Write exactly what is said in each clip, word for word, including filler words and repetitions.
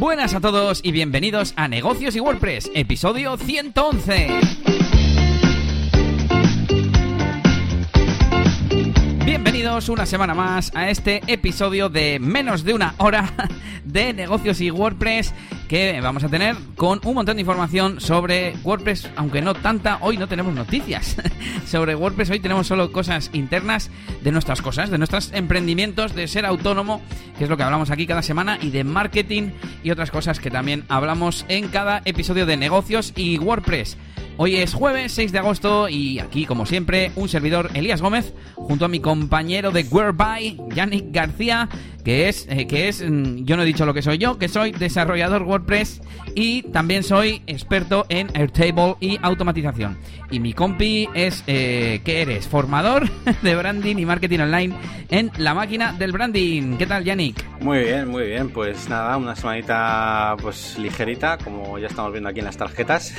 Buenas a todos y bienvenidos a Negocios y WordPress, episodio ciento once. Bienvenidos una semana más a este episodio de menos de una hora de Negocios y WordPress que vamos a tener con un montón de información sobre WordPress, aunque no tanta. Hoy no tenemos noticias sobre WordPress, hoy tenemos solo cosas internas de nuestras cosas, de nuestros emprendimientos, de ser autónomo, que es lo que hablamos aquí cada semana, y de marketing y otras cosas que también hablamos en cada episodio de Negocios y WordPress. Hoy es jueves seis de agosto y aquí, como siempre, un servidor, Elías Gómez, junto a mi compañero de Whereby, Yannick García, que es, eh, que es, yo no he dicho lo que soy yo, que soy desarrollador WordPress y también soy experto en Airtable y automatización. Y mi compi es, eh, ¿qué eres? Formador de branding y marketing online en La Máquina del Branding. ¿Qué tal, Yannick? Muy bien, muy bien. Pues nada, una semanita pues ligerita, como ya estamos viendo aquí en las tarjetas.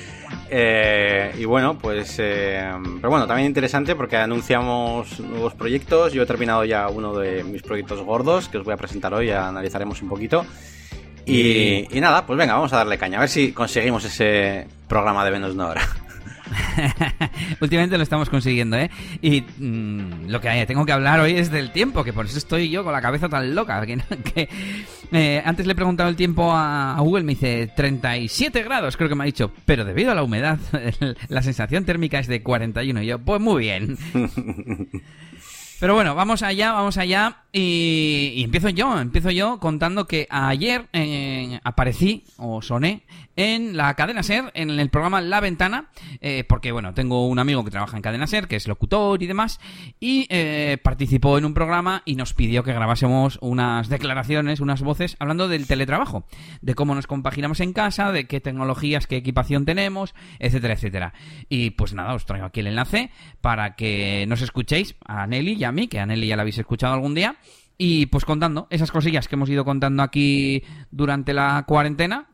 Eh, y bueno, pues eh, pero bueno, también interesante porque anunciamos nuevos proyectos. Yo he terminado ya uno de mis proyectos gordos que os voy a presentar hoy, ya analizaremos un poquito. Y, y nada, pues venga, vamos a darle caña, a ver si conseguimos ese programa de menos de una hora. Últimamente lo estamos consiguiendo, ¿eh? Y mmm, lo que tengo que hablar hoy es del tiempo, que por eso estoy yo con la cabeza tan loca. Que, que eh, antes le he preguntado el tiempo a, a Google, me dice treinta y siete grados, creo que me ha dicho, pero debido a la humedad, la sensación térmica es de cuarenta y uno. Y yo, pues muy bien. Pero bueno, vamos allá, vamos allá y, y empiezo yo, empiezo yo contando que ayer eh, aparecí o soné en la cadena SER, en el programa La Ventana, eh, porque bueno, tengo un amigo que trabaja en cadena SER, que es locutor y demás, y eh, participó en un programa y nos pidió que grabásemos unas declaraciones, unas voces, hablando del teletrabajo, de cómo nos compaginamos en casa, de qué tecnologías, qué equipación tenemos, etcétera, etcétera. Y pues nada, os traigo aquí el enlace para que nos escuchéis a Nelly y a mí, que a Nelly ya la habéis escuchado algún día, y pues contando esas cosillas que hemos ido contando aquí durante la cuarentena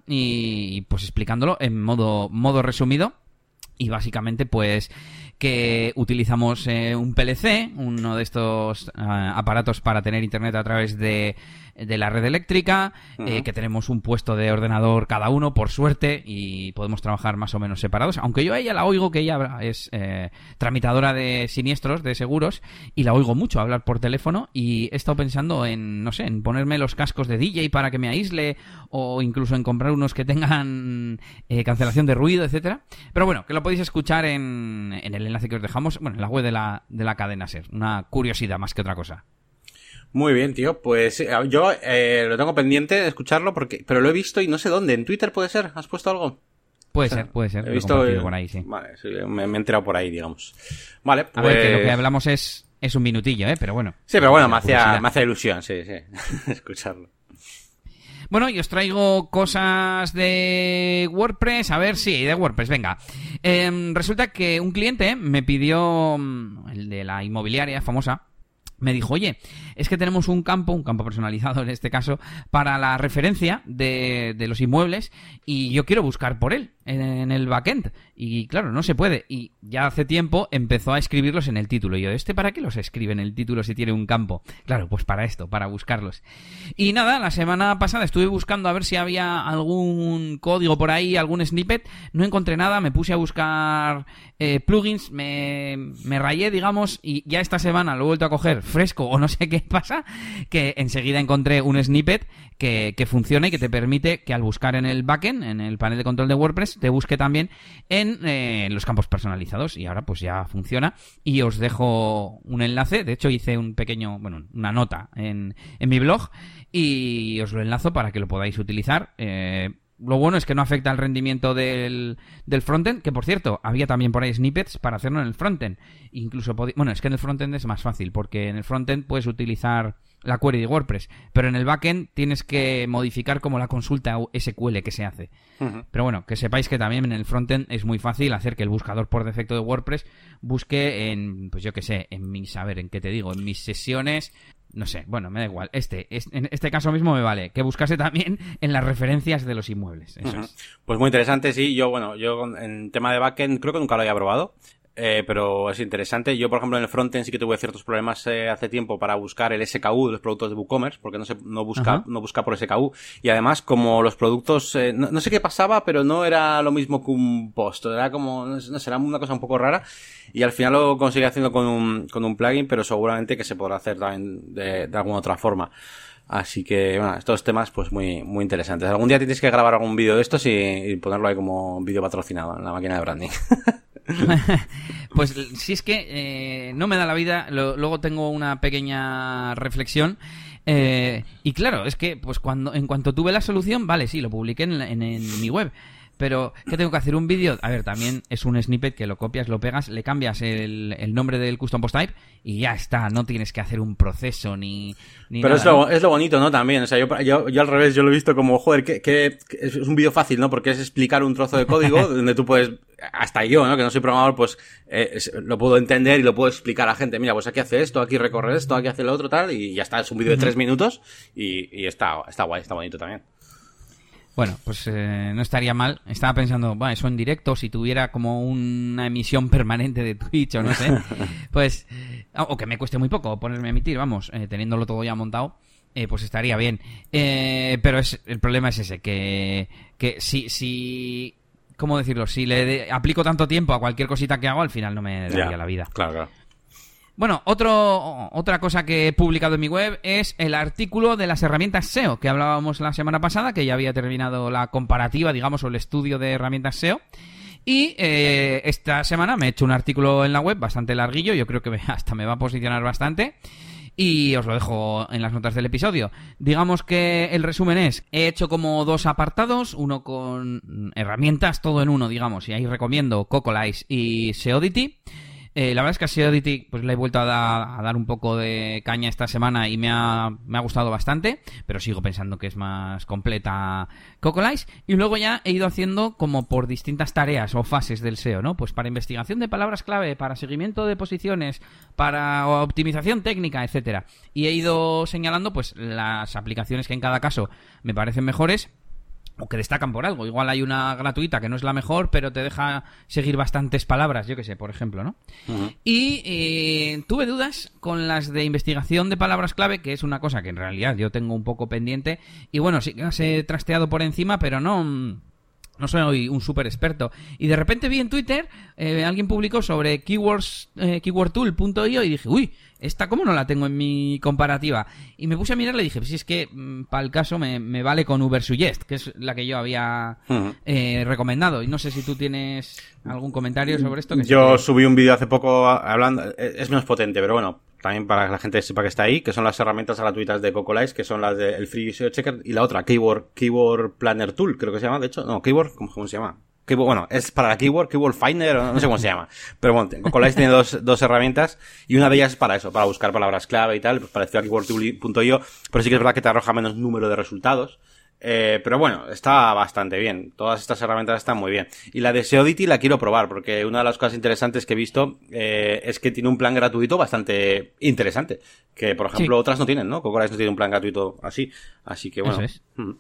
y pues explicándolo en modo, modo resumido. Y básicamente pues que utilizamos eh, un P L C, uno de estos uh, aparatos para tener internet a través de, de la red eléctrica, uh-huh. eh, que tenemos un puesto de ordenador cada uno, por suerte, y podemos trabajar más o menos separados, aunque yo a ella la oigo, que ella es eh, tramitadora de siniestros, de seguros, y la oigo mucho hablar por teléfono, y he estado pensando en, no sé, en ponerme los cascos de D J para que me aísle, o incluso en comprar unos que tengan eh, cancelación de ruido, etcétera. Pero bueno, que lo podéis escuchar en, en el enlace que os dejamos, bueno, en la web de la, de la cadena SER. Una curiosidad más que otra cosa. Muy bien, tío. Pues yo eh, lo tengo pendiente de escucharlo, porque pero lo he visto y no sé dónde. ¿En Twitter puede ser? ¿Has puesto algo? Puede o sea, ser, puede ser. He visto eh, por ahí, sí. Vale, sí, me, me he enterado por ahí, digamos. Vale, pues... A ver, que lo que hablamos es, es un minutillo, ¿eh? Pero bueno. Sí, pero bueno, me hacía, me hace ilusión, sí, sí, escucharlo. Bueno, y os traigo cosas de WordPress. A ver, sí, de WordPress, venga. Eh, resulta que un cliente me pidió, el de la inmobiliaria famosa, me dijo, oye, es que tenemos un campo, un campo personalizado en este caso, para la referencia de, de los inmuebles y yo quiero buscar por él en, en el backend. Y claro, no se puede. Y ya hace tiempo empezó a escribirlos en el título. Y yo, ¿este para qué los escribe en el título si tiene un campo? Claro, pues para esto, para buscarlos. Y nada, la semana pasada estuve buscando a ver si había algún código por ahí, algún snippet. No encontré nada, me puse a buscar eh, plugins, me, me rayé, digamos, y ya esta semana lo he vuelto a coger fresco o no sé qué pasa, que enseguida encontré un snippet que, que funciona y que te permite que al buscar en el backend, en el panel de control de WordPress, te busque también en eh, los campos personalizados y ahora pues ya funciona y os dejo un enlace. De hecho hice un pequeño, bueno, una nota en, en mi blog y os lo enlazo para que lo podáis utilizar. Eh, Lo bueno es que no afecta al rendimiento del, del frontend, que por cierto, había también por ahí snippets para hacerlo en el frontend. Incluso pod- bueno, es que en el frontend es más fácil, porque en el frontend puedes utilizar la query de WordPress, pero en el backend tienes que modificar como la consulta S Q L que se hace. Uh-huh. Pero bueno, que sepáis que también en el frontend es muy fácil hacer que el buscador por defecto de WordPress busque en, pues yo qué sé, en mis, a ver, ¿en qué te digo? En mis sesiones... No sé, bueno, me da igual. Este, es, en este caso mismo me vale. Que buscase también en las referencias de los inmuebles. Eso uh-huh. es. Pues muy interesante, sí. Yo, bueno, yo en tema de backend creo que nunca lo había probado. Eh, pero es interesante. Yo, por ejemplo, en el frontend sí que tuve ciertos problemas eh, hace tiempo para buscar el S K U de los productos de WooCommerce, porque no se, no busca, Ajá. no busca por S K U. Y además, como los productos, eh, no, no sé qué pasaba, pero no era lo mismo que un post. Era como, no sé, era una cosa un poco rara. Y al final lo conseguí haciendo con un, con un plugin, pero seguramente que se podrá hacer también de, de alguna otra forma. Así que, bueno, estos temas pues muy muy interesantes. Algún día tienes que grabar algún vídeo de estos y, y ponerlo ahí como vídeo patrocinado en la máquina de branding. Pues si es que eh, no me da la vida, lo, luego tengo una pequeña reflexión. Eh, y claro, es que pues cuando en cuanto tuve la solución, vale, sí, lo publiqué en, en, en mi web. Pero, ¿qué tengo que hacer? ¿Un vídeo? A ver, también es un snippet que lo copias, lo pegas, le cambias el, el nombre del custom post type y ya está. No tienes que hacer un proceso ni, ni Pero nada. es lo, es lo bonito, ¿no? También. O sea, yo, yo, yo al revés, yo lo he visto como, joder, que, que, que es un vídeo fácil, ¿no? Porque es explicar un trozo de código donde tú puedes, hasta yo, ¿no? Que no soy programador, pues eh, es, lo puedo entender y lo puedo explicar a la gente. Mira, pues aquí hace esto, aquí recorre esto, aquí hace lo otro, tal, y ya está. Es un vídeo de tres minutos y, y está, está guay, está bonito también. Bueno, pues eh, no estaría mal. Estaba pensando, bueno, eso en directo, si tuviera como una emisión permanente de Twitch o no sé, pues, o que me cueste muy poco ponerme a emitir, vamos, eh, teniéndolo todo ya montado, eh, pues estaría bien. Eh, pero es el problema es ese, que, que si, si, ¿cómo decirlo? Si le de, aplico tanto tiempo a cualquier cosita que hago, al final no me daría ya, la vida. Claro, claro. Bueno, otro, otra cosa que he publicado en mi web es el artículo de las herramientas S E O que hablábamos la semana pasada, que ya había terminado la comparativa, digamos, o el estudio de herramientas S E O. Y eh, esta semana me he hecho un artículo en la web bastante larguillo, yo creo que hasta me va a posicionar bastante. Y os lo dejo en las notas del episodio. Digamos que el resumen es, he hecho como dos apartados, uno con herramientas, todo en uno, digamos, y ahí recomiendo Cocolize y Seodity. Eh, la verdad es que a Seodity pues le he vuelto a, da, a dar un poco de caña esta semana y me ha, me ha gustado bastante, pero sigo pensando que es más completa Cocolize. Y luego ya he ido haciendo como por distintas tareas o fases del S E O, ¿no? Pues para investigación de palabras clave, para seguimiento de posiciones, para optimización técnica, etcétera. Y he ido señalando pues las aplicaciones que en cada caso me parecen mejores o que destacan por algo. Igual hay una gratuita que no es la mejor, pero te deja seguir bastantes palabras, yo que sé, por ejemplo, ¿no? Uh-huh. Y eh, tuve dudas con las de investigación de palabras clave, que es una cosa que en realidad yo tengo un poco pendiente. Y bueno, sí que las he trasteado por encima, pero no... No soy un súper experto. Y de repente vi en Twitter, eh, alguien publicó sobre keywords, eh, keywordtool punto io y dije, uy, esta cómo no la tengo en mi comparativa. Y me puse a mirar y le dije, pues si es que mmm, para el caso me, me vale con Ubersuggest, que es la que yo había uh-huh. eh, recomendado. Y no sé si tú tienes algún comentario sobre esto. Que yo sí. subí un vídeo hace poco hablando, es menos potente, pero bueno, también para que la gente sepa que está ahí, que son las herramientas gratuitas de Cocolize, que son las del Free S E O Checker y la otra, Keyword, Keyword Planner Tool, creo que se llama, de hecho, no, Keyword, ¿cómo, cómo se llama? Keyword, bueno, es para la Keyword, Keyword Finder, no, no sé cómo se llama, pero bueno, Cocolize tiene dos, dos herramientas y una de ellas es para eso, para buscar palabras clave y tal, pues parecido a keyword tool punto io, pero sí que es verdad que te arroja menos número de resultados. Eh, pero bueno, está bastante bien. Todas estas herramientas están muy bien. Y la de Seodity la quiero probar, porque una de las cosas interesantes que he visto eh, es que tiene un plan gratuito bastante interesante. Que, por ejemplo, sí. otras no tienen, ¿no? Cocolize no tiene un plan gratuito así. Así que, bueno. Eso es.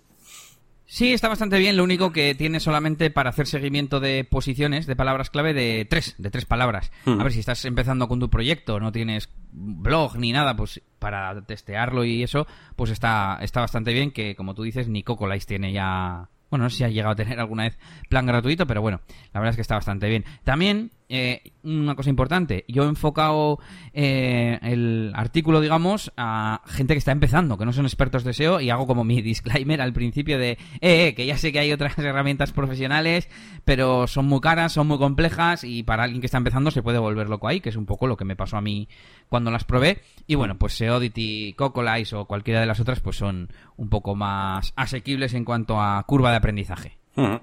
Sí, está bastante bien. Lo único que tiene solamente para hacer seguimiento de posiciones, de palabras clave, de tres, de tres palabras. Hmm. A ver, si estás empezando con tu proyecto, no tienes blog ni nada, pues para testearlo y eso, pues está, está bastante bien, que como tú dices, ni Cocolize tiene ya... Bueno, no sé si ha llegado a tener alguna vez plan gratuito, pero bueno, la verdad es que está bastante bien. También, eh, una cosa importante, yo he enfocado eh, el artículo, digamos, a gente que está empezando, que no son expertos de S E O, y hago como mi disclaimer al principio de, eh, eh, que ya sé que hay otras herramientas profesionales, pero son muy caras, son muy complejas, y para alguien que está empezando se puede volver loco ahí, que es un poco lo que me pasó a mí cuando las probé. Y bueno, pues Seodity, Cocolize o cualquiera de las otras, pues son un poco más asequibles en cuanto a curva de aprendizaje. Uh-huh.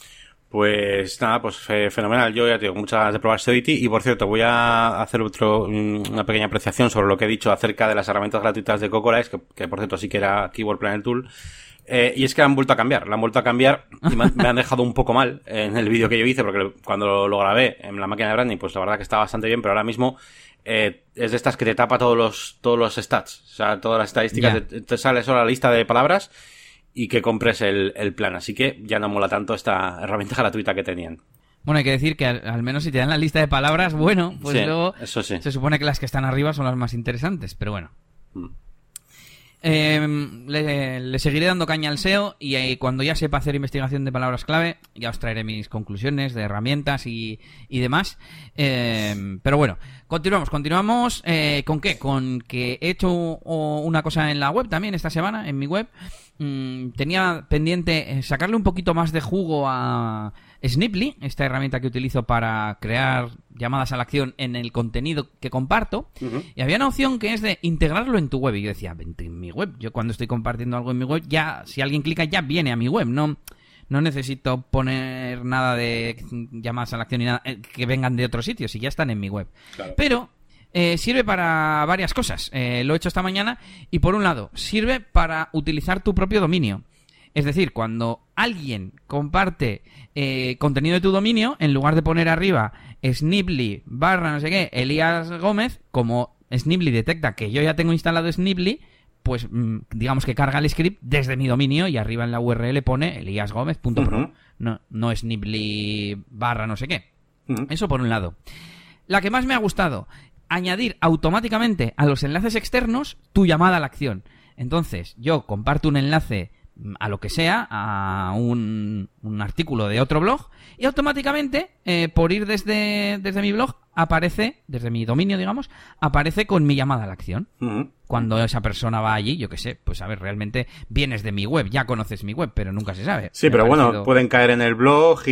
Pues nada, pues eh, fenomenal. Yo ya tengo muchas ganas de probar Seodity y, por cierto, voy a hacer otro una pequeña apreciación sobre lo que he dicho acerca de las herramientas gratuitas de Cocolize, que, que por cierto sí que era Keyword Planner Tool. Eh, y es que la han vuelto a cambiar, la han vuelto a cambiar y me han, me han dejado un poco mal en el vídeo que yo hice, porque cuando lo, lo grabé en la máquina de branding, pues la verdad que está bastante bien, pero ahora mismo eh, es de estas que te tapa todos los todos los stats, o sea, todas las estadísticas, yeah. te, te sale solo la lista de palabras y que compres el, el plan, así que ya no mola tanto esta herramienta gratuita que tenían. Bueno, hay que decir que al, al menos si te dan la lista de palabras, bueno, pues sí, luego eso sí. Se supone que las que están arriba son las más interesantes, pero bueno. Mm. Eh, le, le seguiré dando caña al S E O y eh, cuando ya sepa hacer investigación de palabras clave ya os traeré mis conclusiones de herramientas y, y demás. Eh, pero bueno, continuamos, continuamos. Eh, ¿Con qué? Con que he hecho o, una cosa en la web también esta semana, en mi web. Mm, tenía pendiente sacarle un poquito más de jugo a Sniply, esta herramienta que utilizo para crear llamadas a la acción en el contenido que comparto. Uh-huh. Y había una opción que es de integrarlo en tu web. Y yo decía, vente en mi web. Yo cuando estoy compartiendo algo en mi web, ya, si alguien clica, ya viene a mi web. No, no necesito poner nada de llamadas a la acción ni nada que vengan de otros sitios, y ya están en mi web. Claro. Pero Eh, sirve para varias cosas. Eh, lo he hecho esta mañana y, por un lado, sirve para utilizar tu propio dominio. Es decir, cuando alguien comparte eh, contenido de tu dominio, en lugar de poner arriba Sniply barra no sé qué, Elías Gómez, como Sniply detecta que yo ya tengo instalado Sniply, pues mmm, digamos que carga el script desde mi dominio y arriba en la U R L pone elias gómez punto pro. Uh-huh. No, no Sniply barra no sé qué. Uh-huh. Eso por un lado. La que más me ha gustado, añadir automáticamente a los enlaces externos tu llamada a la acción. Entonces, yo comparto un enlace a lo que sea, a un, un artículo de otro blog, y automáticamente, eh, por ir desde, desde mi blog, aparece, desde mi dominio, digamos, aparece con mi llamada a la acción. Uh-huh. Cuando esa persona va allí, yo qué sé, pues a ver, realmente vienes de mi web, ya conoces mi web, pero nunca se sabe. Sí, me pero parecido... bueno, pueden caer en el blog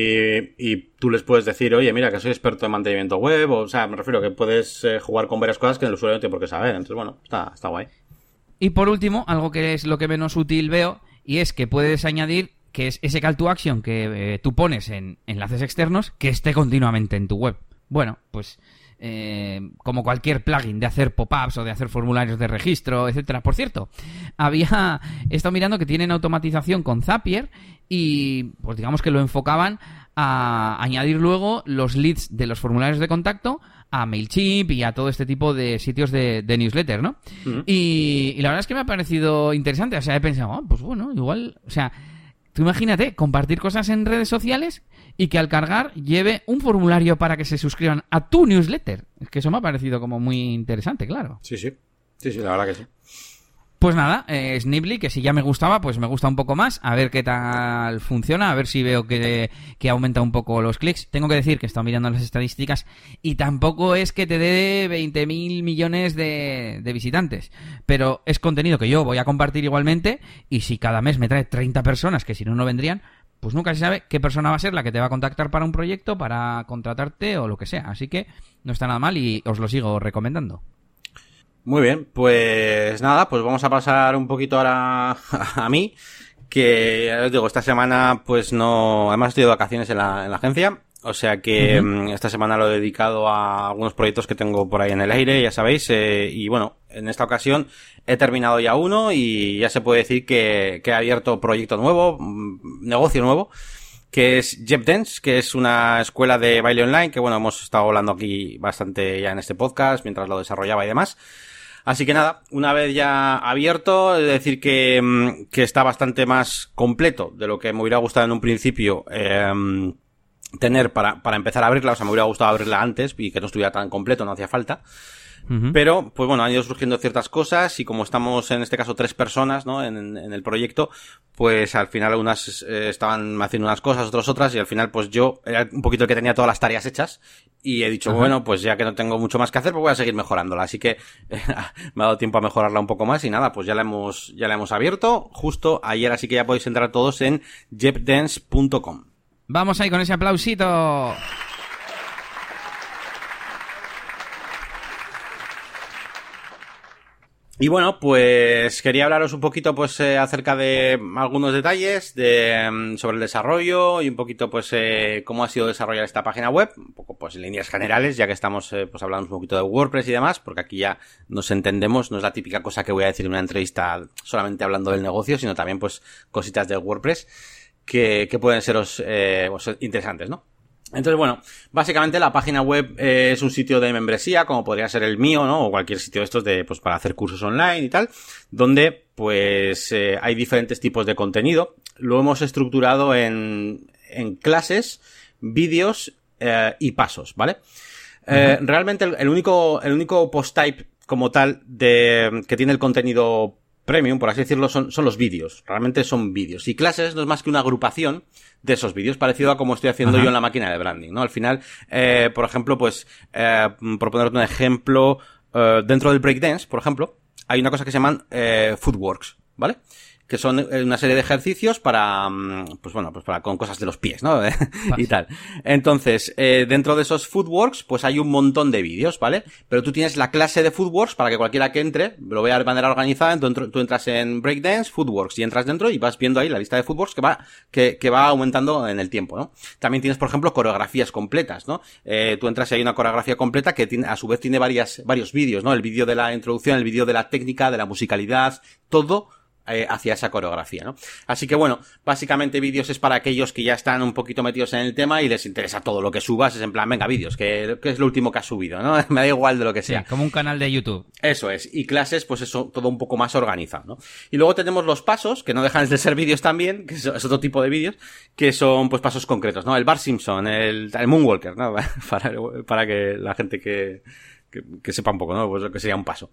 y, y tú les puedes decir, oye, mira, que soy experto en mantenimiento web, o, o sea, me refiero que puedes eh, jugar con varias cosas que el usuario no tiene por qué saber. Entonces, bueno, está, está guay. Y por último, algo que es lo que menos útil veo, y es que puedes añadir que es ese call to action que eh, tú pones en enlaces externos que esté continuamente en tu web. Bueno, pues eh, como cualquier plugin de hacer pop-ups o de hacer formularios de registro, etcétera. Por cierto, había he estado mirando que tienen automatización con Zapier y pues digamos que lo enfocaban a añadir luego los leads de los formularios de contacto a MailChimp y a todo este tipo de sitios de, de newsletter, ¿no? Uh-huh. Y, y la verdad es que me ha parecido interesante. O sea, he pensado, oh, pues bueno, igual, o sea, tú imagínate compartir cosas en redes sociales y que al cargar lleve un formulario para que se suscriban a tu newsletter. Es que eso me ha parecido como muy interesante, claro. Sí, sí. Sí, sí, la verdad que sí. Pues nada, eh, Sniply, que si ya me gustaba, pues me gusta un poco más. A ver qué tal funciona, a ver si veo que, que aumenta un poco los clics. Tengo que decir que he estado mirando las estadísticas y tampoco es que te dé veinte mil millones de, de visitantes. Pero es contenido que yo voy a compartir igualmente, y si cada mes me trae treinta personas, que si no, no vendrían, pues nunca se sabe qué persona va a ser la que te va a contactar para un proyecto, para contratarte o lo que sea. Así que no está nada mal y os lo sigo recomendando. Muy bien, pues nada, pues vamos a pasar un poquito ahora a, a mí, que ya os digo, esta semana pues no, además estoy de vacaciones en la, en la agencia, o sea que uh-huh. esta semana lo he dedicado a algunos proyectos que tengo por ahí en el aire, ya sabéis, eh, y bueno, en esta ocasión he terminado ya uno y ya se puede decir que, que he abierto proyecto nuevo, negocio nuevo, que es JepDance, que es una escuela de baile online, que bueno, hemos estado hablando aquí bastante ya en este podcast, mientras lo desarrollaba y demás. Así que nada, una vez ya abierto, he de decir que, que está bastante más completo de lo que me hubiera gustado en un principio eh, tener para, para empezar a abrirla. O sea, me hubiera gustado abrirla antes y que no estuviera tan completo, no hacía falta. Uh-huh. Pero, pues bueno, han ido surgiendo ciertas cosas y como estamos en este caso tres personas, ¿no? En, en el proyecto, pues al final unas eh, estaban haciendo unas cosas, otras otras, y al final pues yo era un poquito el que tenía todas las tareas hechas y he dicho, uh-huh. bueno, pues ya que no tengo mucho más que hacer, pues voy a seguir mejorándola. Así que eh, me ha dado tiempo a mejorarla un poco más y nada, pues ya la hemos, ya la hemos abierto justo ayer, así que ya podéis entrar todos en jepdance punto com. Vamos ahí con ese aplausito. Y bueno, pues quería hablaros un poquito pues eh, acerca de algunos detalles de sobre el desarrollo y un poquito pues eh, cómo ha sido desarrollar esta página web, un poco pues en líneas generales, ya que estamos eh, pues hablando un poquito de WordPress y demás, porque aquí ya nos entendemos, no es la típica cosa que voy a decir en una entrevista solamente hablando del negocio, sino también pues cositas del WordPress que, que pueden seros eh, pues, interesantes, ¿no? Entonces, bueno, básicamente la página web eh, es un sitio de membresía, como podría ser el mío, ¿no? O cualquier sitio de estos de, pues, para hacer cursos online y tal, donde, pues, eh, hay diferentes tipos de contenido. Lo hemos estructurado en, en clases vídeos eh, y pasos, ¿vale? Eh, uh-huh. Realmente el, el único el único post type como tal de que tiene el contenido premium, por así decirlo, son, son los vídeos. Realmente son vídeos. Y clases no es más que una agrupación de esos vídeos, parecido a como estoy haciendo Ajá. yo en la máquina de branding, ¿no? Al final, eh, por ejemplo, pues, eh, por ponerte un ejemplo, eh, dentro del breakdance, por ejemplo, hay una cosa que se llaman eh, footworks, ¿vale? Que son una serie de ejercicios para, pues bueno, pues para con cosas de los pies, ¿no? y tal. Entonces, eh, dentro de esos footworks, pues hay un montón de vídeos, ¿vale? Pero tú tienes la clase de footworks para que cualquiera que entre lo vea de manera organizada. Entonces tú entras en breakdance, footworks, y entras dentro y vas viendo ahí la lista de footworks que va, que, que va aumentando en el tiempo, ¿no? También tienes, por ejemplo, coreografías completas, ¿no? Eh, tú entras y hay una coreografía completa que tiene, a su vez tiene varias, varios vídeos, ¿no? El vídeo de la introducción, el vídeo de la técnica, de la musicalidad, todo Eh, hacia esa coreografía, ¿no? Así que bueno, básicamente vídeos es para aquellos que ya están un poquito metidos en el tema y les interesa todo lo que subas, es en plan, venga, vídeos, que, que es lo último que has subido, ¿no? Me da igual de lo que sea. Sí, como un canal de YouTube. Eso es, y clases, pues eso, todo un poco más organizado, ¿no? Y luego tenemos los pasos, que no dejan de ser vídeos también, que es otro tipo de vídeos, que son pues pasos concretos, ¿no? El Bart Simpson, el, el Moonwalker, ¿no? para, para que la gente que... Que, que sepa un poco, ¿no? Pues lo que sería un paso.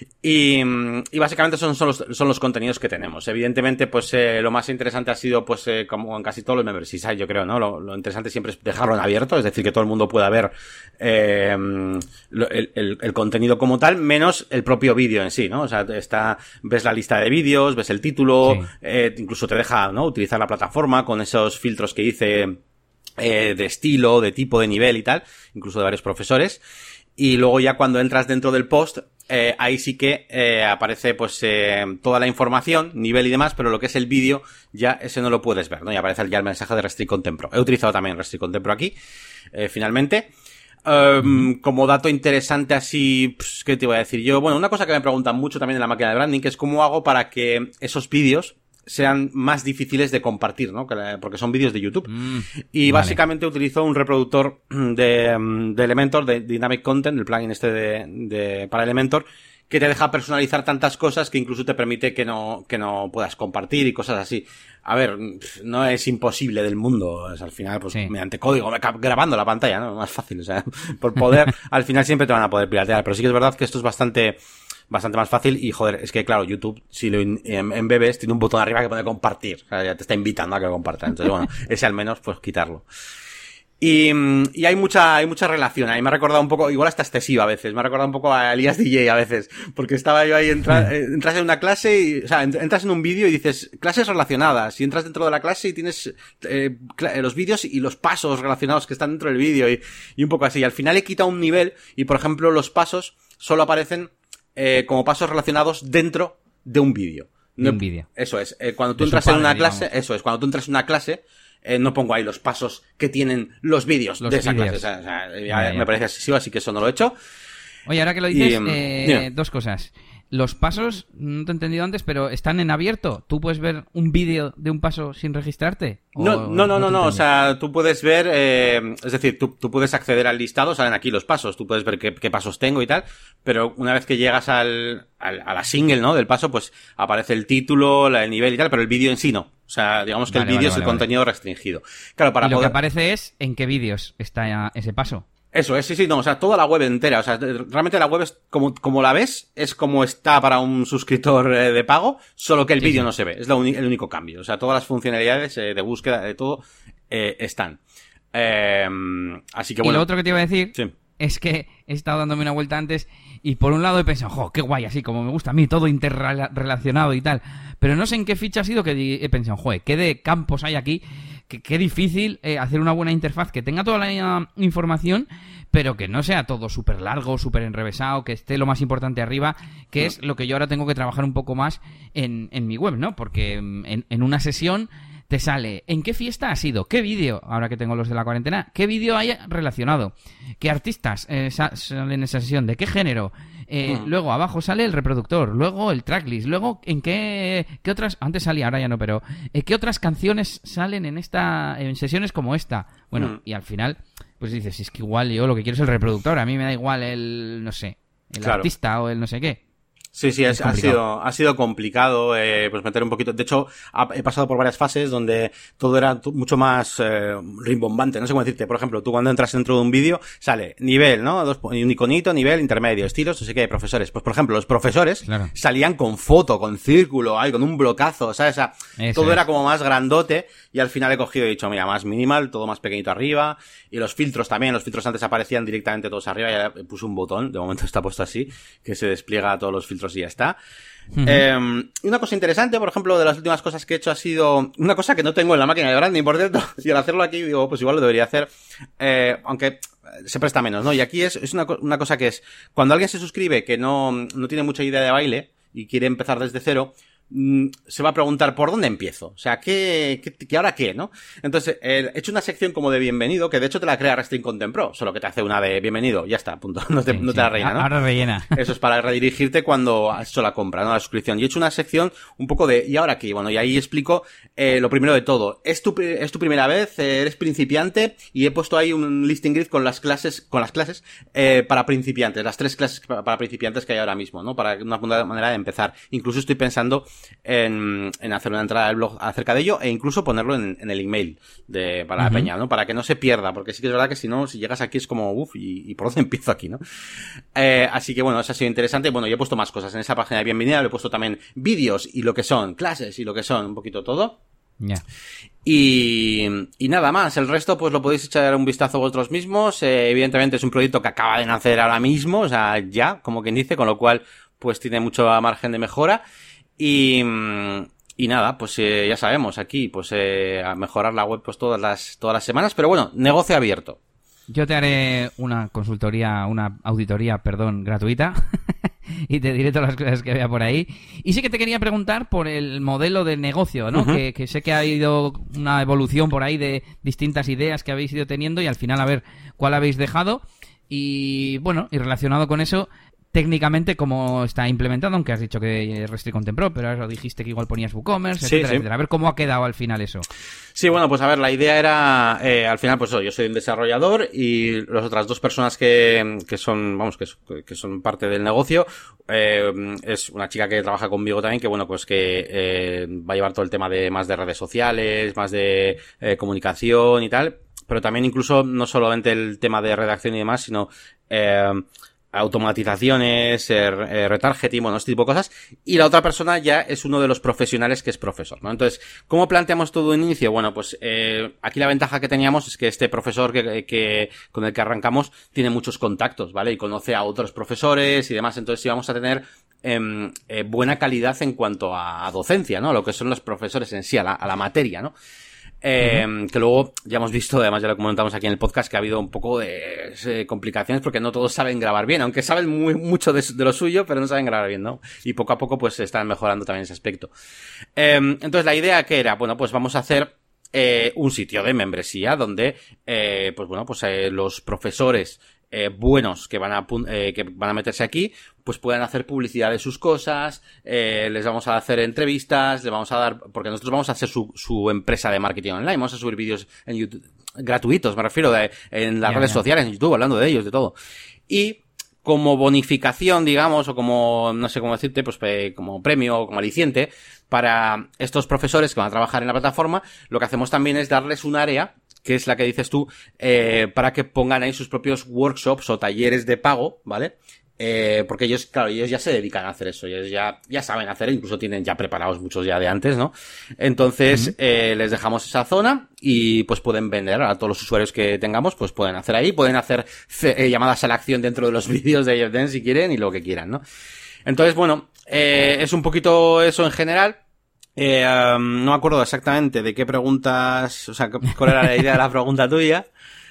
Y, y básicamente son, son, los, son los contenidos que tenemos. Evidentemente, pues eh, lo más interesante ha sido, pues eh, como en casi todos los memberships, yo creo, ¿no? Lo, lo interesante siempre es dejarlo en abierto, es decir, que todo el mundo pueda ver eh, el, el, el contenido como tal, menos el propio vídeo en sí, ¿no? O sea, está, ves la lista de vídeos, ves el título, sí. eh, incluso te deja, ¿no? Utilizar la plataforma con esos filtros que dice eh, de estilo, de tipo, de nivel y tal, incluso de varios profesores. Y luego ya cuando entras dentro del post, eh, ahí sí que eh, aparece pues eh, toda la información, nivel y demás, pero lo que es el vídeo ya ese no lo puedes ver, ¿no? Y aparece ya el mensaje de Restrict Content Pro. He utilizado también Restrict Content Pro aquí, eh, finalmente. Um, como dato interesante así, pues, ¿qué te iba a decir yo? Bueno, una cosa que me preguntan mucho también en la máquina de branding, que es cómo hago para que esos vídeos sean más difíciles de compartir, ¿no? Porque son vídeos de YouTube. Mm, y vale. Básicamente utilizo un reproductor de, de Elementor, de Dynamic Content, el plugin este de, de para Elementor, que te deja personalizar tantas cosas que incluso te permite que no, que no puedas compartir y cosas así. A ver, no es imposible del mundo. O sea, al final, pues, sí. mediante código, grabando la pantalla, ¿no? Más fácil. O sea, por poder, al final siempre te van a poder piratear. Pero sí que es verdad que esto es bastante, bastante más fácil y, joder, es que, claro, YouTube, si lo embebes, tiene un botón arriba que pone compartir. O sea, ya te está invitando a que lo compartas. Entonces, bueno, ese al menos, pues, quitarlo. Y, y hay mucha, hay mucha relación. Ahí me ha recordado un poco, igual hasta excesiva a veces, me ha recordado un poco a Elías D J a veces, porque estaba yo ahí, entra, entras en una clase y, o sea, entras en un vídeo y dices, clases relacionadas, y entras dentro de la clase y tienes, eh, los vídeos y los pasos relacionados que están dentro del vídeo y, y un poco así. Y al final he quitado un nivel y, por ejemplo, los pasos solo aparecen, eh, como pasos relacionados dentro de un vídeo. De un vídeo. Eso es, eh, cuando tú entras en una clase, eso es, cuando tú entras en una clase, Eh, no pongo ahí los pasos que tienen los vídeos de esa vídeos. clase. O sea, o sea, ya, ya, me ya. parece excesivo, así que eso no lo he hecho. Oye, ahora que lo dices, y, eh, dos cosas. Los pasos, no te he entendido antes, pero están en abierto. ¿Tú puedes ver un vídeo de un paso sin registrarte? No, no, no, no, no. O sea, tú puedes ver, eh, es decir, tú, tú puedes acceder al listado, salen aquí los pasos, tú puedes ver qué, qué pasos tengo y tal, pero una vez que llegas al, al, a la single, ¿no? Del paso, pues aparece el título, la, el nivel y tal, pero el vídeo en sí no. O sea, digamos que vale, el vídeo vale, es el vale, contenido vale. restringido. Claro, para y lo poder... que aparece es en qué vídeos está ese paso. Eso es, sí, sí, no, o sea, toda la web entera, o sea, realmente la web es como, como la ves, es como está para un suscriptor eh, de pago, solo que el sí, vídeo sí. no se ve, es lo uni- el único cambio, o sea, todas las funcionalidades eh, de búsqueda, de todo, eh, están. Eh, así que bueno. Y lo otro que te iba a decir sí. es que he estado dándome una vuelta antes y por un lado he pensado, jo, qué guay, así como me gusta a mí, todo interrelacionado y tal, pero no sé en qué ficha ha sido que he pensado, joder, qué de campos hay aquí, que qué difícil eh, hacer una buena interfaz que tenga toda la uh, información, pero que no sea todo súper largo, súper enrevesado, que esté lo más importante arriba, que es lo que yo ahora tengo que trabajar un poco más en, en mi web, ¿no? Porque en, en una sesión te sale ¿en qué fiesta has ido? ¿Qué vídeo? Ahora que tengo los de la cuarentena, ¿qué vídeo hay relacionado? ¿Qué artistas eh, salen en esa sesión? ¿De qué género? Eh, uh-huh. Luego abajo sale el reproductor, luego el tracklist, luego en qué, qué otras, antes salía, ahora ya no, pero eh, ¿qué otras canciones salen en esta, en sesiones como esta? Bueno, uh-huh. y al final, pues dices, si es que igual yo lo que quiero es el reproductor, a mí me da igual el, no sé, el claro. artista o el no sé qué. Sí, sí, es, ha sido, ha sido complicado, eh, pues meter un poquito. De hecho, ha, he pasado por varias fases donde todo era t- mucho más, eh, rimbombante. No sé cómo decirte. Por ejemplo, tú cuando entras dentro de un vídeo, sale nivel, ¿no? Dos, un iconito, nivel, intermedio, estilos, no sé qué, profesores. Pues, por ejemplo, los profesores claro. salían con foto, con círculo, ahí, con un blocazo, ¿sabes? O sea, Eso todo es. era como más grandote y al final he cogido y he dicho, mira, más minimal, todo más pequeñito arriba. Y los filtros también, los filtros antes aparecían directamente todos arriba y ahora puse un botón, de momento está puesto así, que se despliega todos los filtros y ya está. Uh-huh. Eh, y una cosa interesante, por ejemplo, de las últimas cosas que he hecho ha sido una cosa que no tengo en la máquina de branding, por cierto, y al hacerlo aquí digo, pues igual lo debería hacer, eh, aunque se presta menos, ¿no? Y aquí es, es una, una cosa que es, cuando alguien se suscribe que no, no tiene mucha idea de baile y quiere empezar desde cero, se va a preguntar ¿por dónde empiezo? O sea, ¿qué, qué, qué ahora qué, no? Entonces, eh, he hecho una sección como de bienvenido, que de hecho te la crea Wrestling Content Pro, solo que te hace una de bienvenido, ya está, punto. No te, sí, no te sí. la rellena, ¿no? Ahora rellena. Eso es para redirigirte cuando has hecho la compra, ¿no? La suscripción. Y he hecho una sección un poco de ¿y ahora qué? Bueno, y ahí explico eh, lo primero de todo. Es tu, es tu primera vez, eh, eres principiante, y he puesto ahí un listing grid con las clases, con las clases eh, para principiantes, las tres clases para, para principiantes que hay ahora mismo, ¿no? Para una manera de empezar. Incluso estoy pensando en, en hacer una entrada al blog acerca de ello e incluso ponerlo en, en el email de, para uh-huh. la peña, ¿no? Para que no se pierda, porque sí que es verdad que si no, si llegas aquí es como, uff, y, y por dónde empiezo aquí, ¿no? Eh, así que bueno, eso ha sido interesante. Bueno, yo he puesto más cosas en esa página de bienvenida, le he puesto también vídeos y lo que son clases y lo que son un poquito todo. Ya. Yeah. Y, y nada más, el resto pues lo podéis echar un vistazo vosotros mismos. Eh, evidentemente es un proyecto que acaba de nacer ahora mismo, o sea, ya, como quien dice, con lo cual pues tiene mucho margen de mejora. Y, y nada, pues eh, ya sabemos, aquí pues eh, a mejorar la web pues todas las, todas las semanas, pero bueno, negocio abierto. Yo te haré una consultoría, una auditoría, perdón, gratuita y te diré todas las cosas que había por ahí. Y sí que te quería preguntar por el modelo de negocio, ¿no? Uh-huh. Que, que sé que ha habido una evolución por ahí de distintas ideas que habéis ido teniendo y al final a ver cuál habéis dejado. Y bueno, y relacionado con eso, técnicamente cómo está implementado, aunque has dicho que Wrestling Content Pro, pero ahora dijiste que igual ponías WooCommerce, sí, etcétera, sí. etcétera. A ver cómo ha quedado al final eso. Sí, bueno, pues a ver, la idea era, eh, al final, pues yo soy un desarrollador y las otras dos personas que, que son, vamos, que, que son parte del negocio, eh, es una chica que trabaja conmigo también, que bueno, pues que eh, va a llevar todo el tema de más de redes sociales, más de eh, comunicación y tal, pero también incluso no solamente el tema de redacción y demás, sino eh, automatizaciones, eh, eh, retargeting, bueno, este tipo de cosas, y la otra persona ya es uno de los profesionales que es profesor, ¿no? Entonces, ¿cómo planteamos todo en inicio? Bueno, pues eh, aquí la ventaja que teníamos es que este profesor que, que con el que arrancamos tiene muchos contactos, ¿vale? Y conoce a otros profesores y demás, entonces íbamos a tener eh, eh, buena calidad en cuanto a, a docencia, ¿no? Lo que son los profesores en sí, a la, a la materia, ¿no? Eh, uh-huh. Que luego ya hemos visto, además ya lo comentamos aquí en el podcast, que ha habido un poco de eh, complicaciones porque no todos saben grabar bien, aunque saben muy mucho de, de lo suyo, pero no saben grabar bien, ¿no? Y poco a poco pues se están mejorando también ese aspecto. Eh, entonces la idea que era, bueno, pues vamos a hacer eh, un sitio de membresía donde, eh, pues bueno, pues eh, los profesores Eh, buenos que van a eh, que van a meterse aquí pues puedan hacer publicidad de sus cosas, eh, les vamos a hacer entrevistas, les vamos a dar, porque nosotros vamos a hacer su, su empresa de marketing online, vamos a subir vídeos en YouTube gratuitos, me refiero, de, en las yeah, redes yeah. sociales, en YouTube, hablando de ellos, de todo. Y como bonificación, digamos, o como, no sé cómo decirte, pues eh, como premio o como aliciente para estos profesores que van a trabajar en la plataforma, lo que hacemos también es darles un área que es la que dices tú, eh, para que pongan ahí sus propios workshops o talleres de pago, ¿vale? Eh, porque ellos, claro, ellos ya se dedican a hacer eso, ellos ya, ya saben hacer, incluso tienen ya preparados muchos ya de antes, ¿no? Entonces, uh-huh. eh, les dejamos esa zona y pues pueden vender a todos los usuarios que tengamos, pues pueden hacer ahí, pueden hacer eh, llamadas a la acción dentro de los vídeos de Jeff Dance si quieren y lo que quieran, ¿no? Entonces, bueno, eh, es un poquito eso en general. Eh, um, no me acuerdo exactamente de qué preguntas, o sea, cuál era la idea de la pregunta tuya.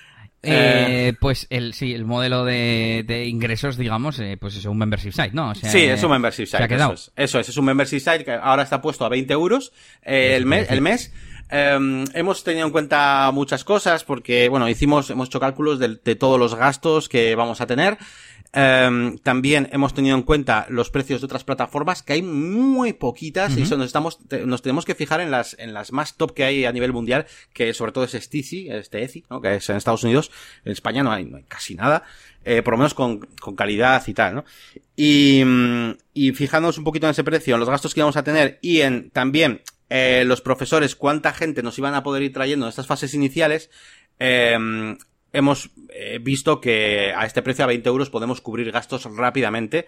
Eh, eh, pues el sí, el modelo de, de ingresos, digamos, eh, pues es un membership site, ¿no? O sea, sí, es un membership site. Eso es, eso es, es un membership site que ahora está puesto a veinte euros eh, el mes. El mes. Eh, hemos tenido en cuenta muchas cosas porque, bueno, hicimos, hemos hecho cálculos de, de todos los gastos que vamos a tener. Eh, también hemos tenido en cuenta los precios de otras plataformas, que hay muy poquitas, uh-huh. y eso nos estamos, nos tenemos que fijar en las, en las más top que hay a nivel mundial, que sobre todo es Stitzy, este Etsy, ¿no? Que es en Estados Unidos. En España no hay, no hay casi nada, eh, por lo menos con, con calidad y tal, ¿no? Y, y fijándonos un poquito en ese precio, en los gastos que vamos a tener y en también, eh, los profesores, cuánta gente nos iban a poder ir trayendo en estas fases iniciales, eh, hemos eh, visto que a este precio, a veinte euros, podemos cubrir gastos rápidamente.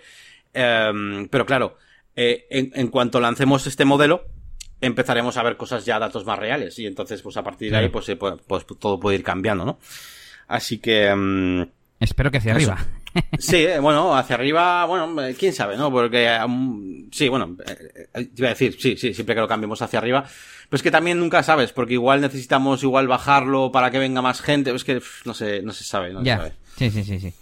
Eh, pero claro, eh, en, en cuanto lancemos este modelo, empezaremos a ver cosas ya, datos más reales. Y entonces, pues a partir de ahí, pues, eh, pues, pues todo puede ir cambiando, ¿no? Así que... Um, Espero que hacia eso. arriba. Sí, bueno, hacia arriba, bueno, quién sabe, ¿no? Porque, um, sí, bueno, eh, iba a decir, sí, sí, siempre que lo cambiemos hacia arriba. Pero es que también nunca sabes, porque igual necesitamos igual bajarlo para que venga más gente. Es que no sé, no se sabe, no ya. se sabe. Sí, sí, sí, sí.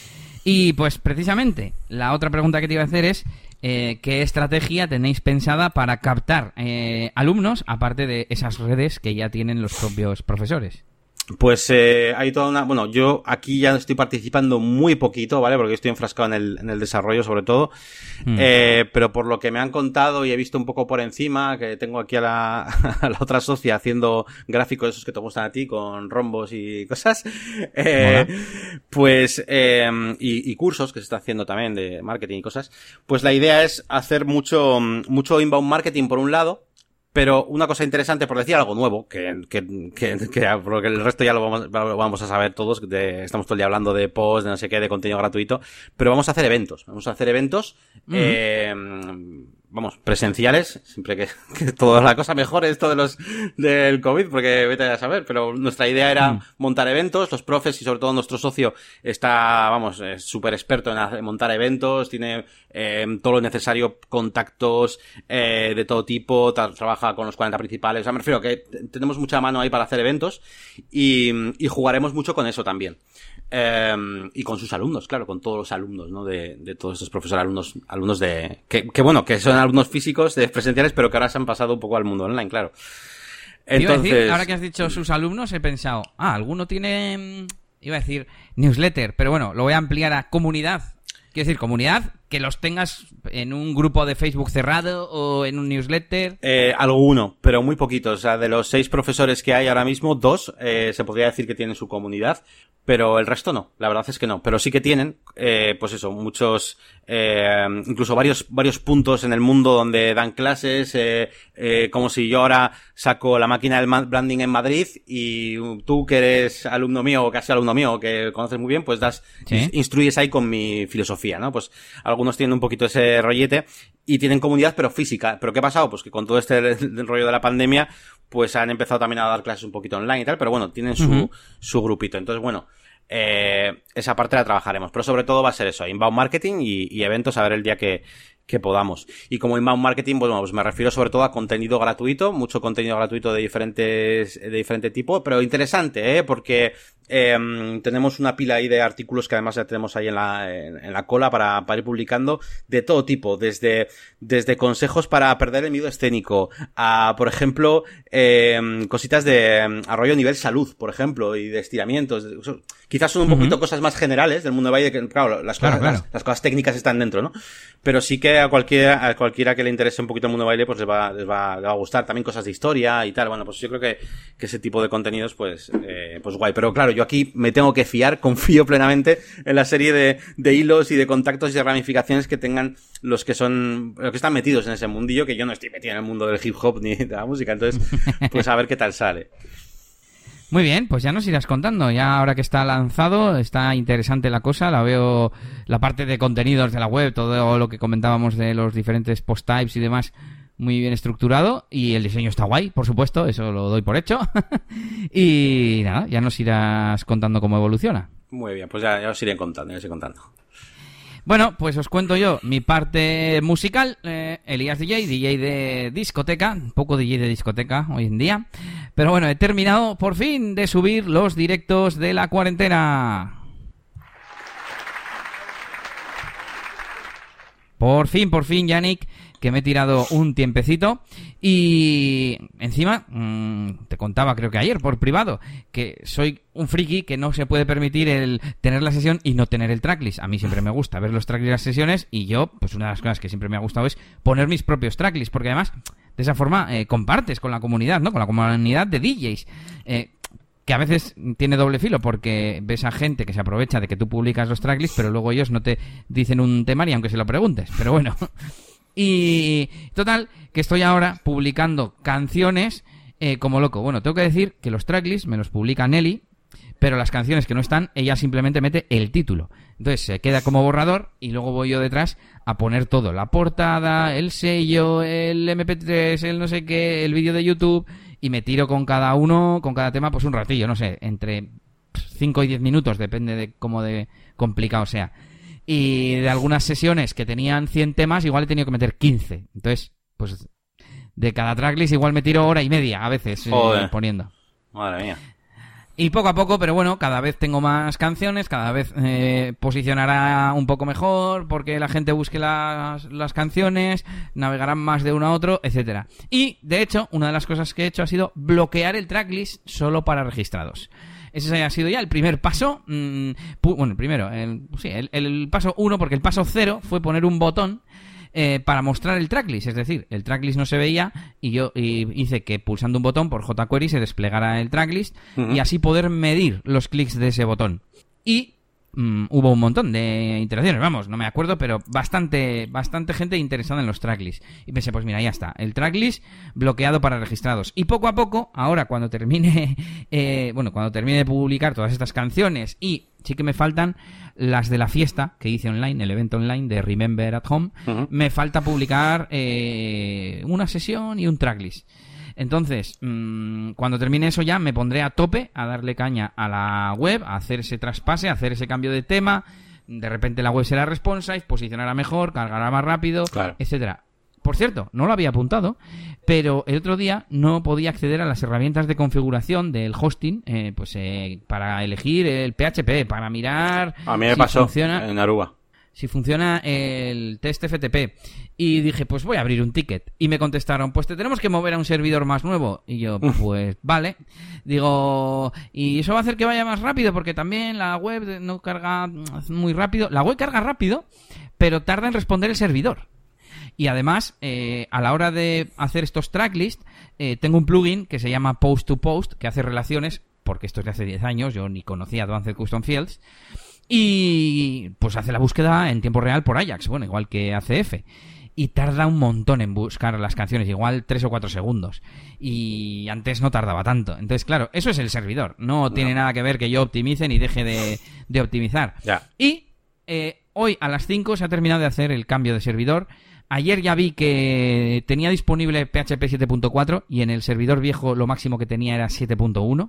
Y pues precisamente, la otra pregunta que te iba a hacer es, eh, ¿qué estrategia tenéis pensada para captar eh, alumnos, aparte de esas redes que ya tienen los propios profesores? Pues eh, hay toda una... Bueno, yo aquí ya estoy participando muy poquito, ¿vale? Porque estoy enfrascado en el, en el desarrollo, sobre todo. Mm. Eh, pero por lo que me han contado y he visto un poco por encima, que tengo aquí a la, a la otra socia haciendo gráficos esos que te gustan a ti, con rombos y cosas. Eh, pues... Eh, y, y cursos que se está haciendo también de marketing y cosas. Pues la idea es hacer mucho, mucho inbound marketing por un lado. Pero una cosa interesante, por decir algo nuevo, que, que, que, que porque el resto ya lo vamos, lo vamos a saber todos, de, estamos todo el día hablando de posts, de no sé qué, de contenido gratuito, pero vamos a hacer eventos, vamos a hacer eventos, uh-huh. eh, vamos, presenciales, siempre que, que toda la cosa mejore esto de los, del COVID, porque vete a saber, pero nuestra idea era uh-huh. montar eventos, los profes y sobre todo nuestro socio está, vamos, es súper experto en hacer, montar eventos, tiene, eh, todo lo necesario, contactos, eh, de todo tipo, tra- trabaja con los cuarenta principales, o sea, me refiero que t- tenemos mucha mano ahí para hacer eventos y, y jugaremos mucho con eso también. Eh, y con sus alumnos, claro, con todos los alumnos, ¿no? De, de todos estos profesores, alumnos, alumnos de, que, que bueno, que son alumnos físicos, de presenciales, pero que ahora se han pasado un poco al mundo online, claro. Entonces, iba a decir, ahora que has dicho sus alumnos, he pensado, ah, alguno tiene, iba a decir, newsletter, pero bueno, lo voy a ampliar a comunidad. Quiero decir, comunidad, que los tengas en un grupo de Facebook cerrado o en un newsletter. Eh, alguno, pero muy poquito. O sea, de los seis profesores que hay ahora mismo, dos eh, se podría decir que tienen su comunidad, pero el resto no. La verdad es que no. Pero sí que tienen, eh, pues eso, muchos, eh, incluso varios, varios puntos en el mundo donde dan clases, eh, eh, como si yo ahora saco la máquina del branding en Madrid y tú que eres alumno mío o casi alumno mío, que conoces muy bien, pues das, ¿sí? instruyes ahí con mi filosofía, ¿no? Pues algunos tienen un poquito ese rollete y tienen comunidad pero física. ¿Pero qué ha pasado? Pues que con todo este rollo de la pandemia, pues han empezado también a dar clases un poquito online y tal, pero bueno, tienen su, uh-huh. su grupito. Entonces, bueno, eh, esa parte la trabajaremos. Pero sobre todo va a ser eso, inbound marketing y, y eventos, a ver el día que, que podamos. Y como inbound marketing, bueno, pues me refiero sobre todo a contenido gratuito, mucho contenido gratuito de diferentes, de diferente tipo, pero interesante, ¿eh? Porque eh, tenemos una pila ahí de artículos que además ya tenemos ahí en la, en, en la cola para, para ir publicando de todo tipo, desde, desde consejos para perder el miedo escénico, a, por ejemplo, eh, cositas de arroyo a nivel salud, por ejemplo, y de estiramientos. Quizás son un uh-huh. poquito cosas más generales del mundo de baile, que claro, las, claro, cosas, claro. Las, las cosas técnicas están dentro, ¿no? Pero sí que a cualquiera, a cualquiera que le interese un poquito el mundo de baile, pues les va, les va, les va a gustar. También cosas de historia y tal. Bueno, pues yo creo que, que ese tipo de contenidos, pues, eh, pues guay. Pero claro, yo aquí me tengo que fiar, confío plenamente en la serie de, de hilos y de contactos y de ramificaciones que tengan los que son, los que están metidos en ese mundillo, que yo no estoy metido en el mundo del hip hop ni de la música. Entonces, pues a ver qué tal sale. Muy bien, pues ya nos irás contando. Ya ahora que está lanzado, está interesante la cosa. La veo, la parte de contenidos de la web, todo lo que comentábamos de los diferentes post types y demás, muy bien estructurado. Y el diseño está guay, por supuesto, eso lo doy por hecho. Y nada, ya nos irás contando cómo evoluciona. Muy bien, pues ya, ya os iré contando, ya os iré contando. Bueno, pues os cuento yo mi parte musical. eh, Elías D J, D J de discoteca, un poco D J de discoteca hoy en día. Pero bueno, he terminado por fin de subir los directos de la cuarentena. Por fin, por fin, Yannick, que me he tirado un tiempecito y encima mmm, te contaba creo que ayer por privado que soy un friki que no se puede permitir el tener la sesión y no tener el tracklist. A mí siempre me gusta ver los tracklists de las sesiones y yo, pues una de las cosas que siempre me ha gustado es poner mis propios tracklists, porque además de esa forma eh, compartes con la comunidad, ¿no? Con la comunidad de D Js. Eh, que a veces tiene doble filo porque ves a gente que se aprovecha de que tú publicas los tracklists, pero luego ellos no te dicen un temario aunque se lo preguntes, pero bueno. Y total, que estoy ahora publicando canciones eh, como loco. Bueno, tengo que decir que los tracklists me los publica Nelly, pero las canciones que no están, ella simplemente mete el título. Entonces se queda como borrador y luego voy yo detrás a poner todo. La portada, el sello, el eme pe tres, el no sé qué, el vídeo de YouTube... Y me tiro con cada uno, con cada tema, pues un ratillo, no sé, entre cinco y diez minutos, depende de cómo de complicado sea. Y de algunas sesiones que tenían cien temas, igual he tenido que meter quince. Entonces, pues de cada tracklist igual me tiro hora y media a veces eh, poniendo. Madre mía. Y poco a poco, pero bueno, cada vez tengo más canciones, cada vez eh, posicionará un poco mejor, porque la gente busque las, las canciones, navegarán más de uno a otro, etcétera. Y, de hecho, una de las cosas que he hecho ha sido bloquear el tracklist solo para registrados. Ese ha sido ya el primer paso. Mmm, pu- bueno, el primero, el, sí, el, el paso uno, porque el paso cero fue poner un botón Eh, para mostrar el tracklist, es decir, el tracklist no se veía y yo y hice que pulsando un botón por jQuery se desplegara el tracklist uh-huh. y así poder medir los clics de ese botón. Y mmm, hubo un montón de interacciones, vamos, no me acuerdo, pero bastante bastante gente interesada en los tracklists. Y pensé, pues mira, ya está, el tracklist bloqueado para registrados. Y poco a poco, ahora cuando termine, eh, bueno, cuando termine de publicar todas estas canciones y sí que me faltan las de la fiesta que hice online, el evento online de Remember at Home, uh-huh. me falta publicar eh, una sesión y un tracklist. Entonces, mmm, cuando termine eso ya me pondré a tope a darle caña a la web, a hacer ese traspase, a hacer ese cambio de tema. De repente la web será responsive, posicionará mejor, cargará más rápido, claro. etcétera. Por cierto, no lo había apuntado, pero el otro día no podía acceder a las herramientas de configuración del hosting eh, pues eh, para elegir el P H P, para mirar a mí me si pasó funciona, en Aruba. Si funciona el test F T P. Y dije, pues voy a abrir un ticket. Y me contestaron, pues te tenemos que mover a un servidor más nuevo. Y yo, pues vale. Digo, y eso va a hacer que vaya más rápido, porque también la web no carga muy rápido. La web carga rápido, pero tarda en responder el servidor. Y además, eh, a la hora de hacer estos tracklists, eh, tengo un plugin que se llama Post to Post, que hace relaciones, porque esto es de hace diez años, yo ni conocía Advanced Custom Fields, y pues hace la búsqueda en tiempo real por Ajax, bueno, igual que A C F. Y tarda un montón en buscar las canciones, igual tres o cuatro segundos. Y antes no tardaba tanto. Entonces, claro, eso es el servidor. No tiene no. nada que ver que yo optimice ni deje de, de optimizar. Ya. Y eh, hoy a las cinco se ha terminado de hacer el cambio de servidor. Ayer ya vi que tenía disponible P H P siete punto cuatro y en el servidor viejo lo máximo que tenía era siete punto uno.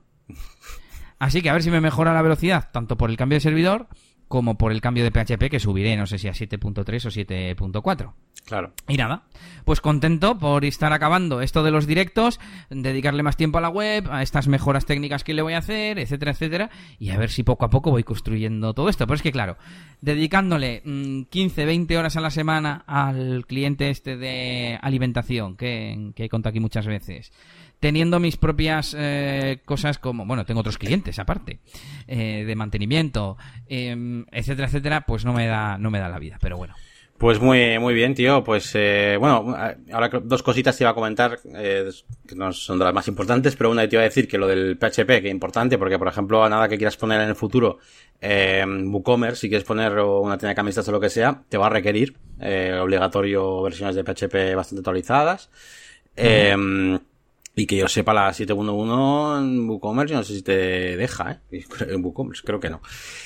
Así que a ver si me mejora la velocidad, tanto por el cambio de servidor como por el cambio de P H P, que subiré, no sé si a siete punto tres o siete punto cuatro. Claro. Y nada, pues contento por estar acabando esto de los directos, dedicarle más tiempo a la web, a estas mejoras técnicas que le voy a hacer, etcétera, etcétera, y a ver si poco a poco voy construyendo todo esto. Pero es que claro, dedicándole mmm, quince, veinte horas a la semana al cliente este de alimentación, que, que he contado aquí muchas veces, teniendo mis propias eh, cosas como, bueno, tengo otros clientes aparte, eh, de mantenimiento, eh, etcétera, etcétera, pues no me da, no me da la vida, pero bueno. Pues muy muy bien, tío. Pues eh, bueno, ahora dos cositas te iba a comentar, eh, que no son de las más importantes, pero una te iba a decir que lo del P H P, que es importante, porque por ejemplo, a nada que quieras poner en el futuro, eh, WooCommerce, si quieres poner una tienda de camisetas o lo que sea, te va a requerir eh, obligatorio versiones de P H P bastante actualizadas. Eh, uh-huh. Y que yo sepa, la siete punto uno en WooCommerce, yo no sé si te deja, ¿eh? En WooCommerce, creo que no.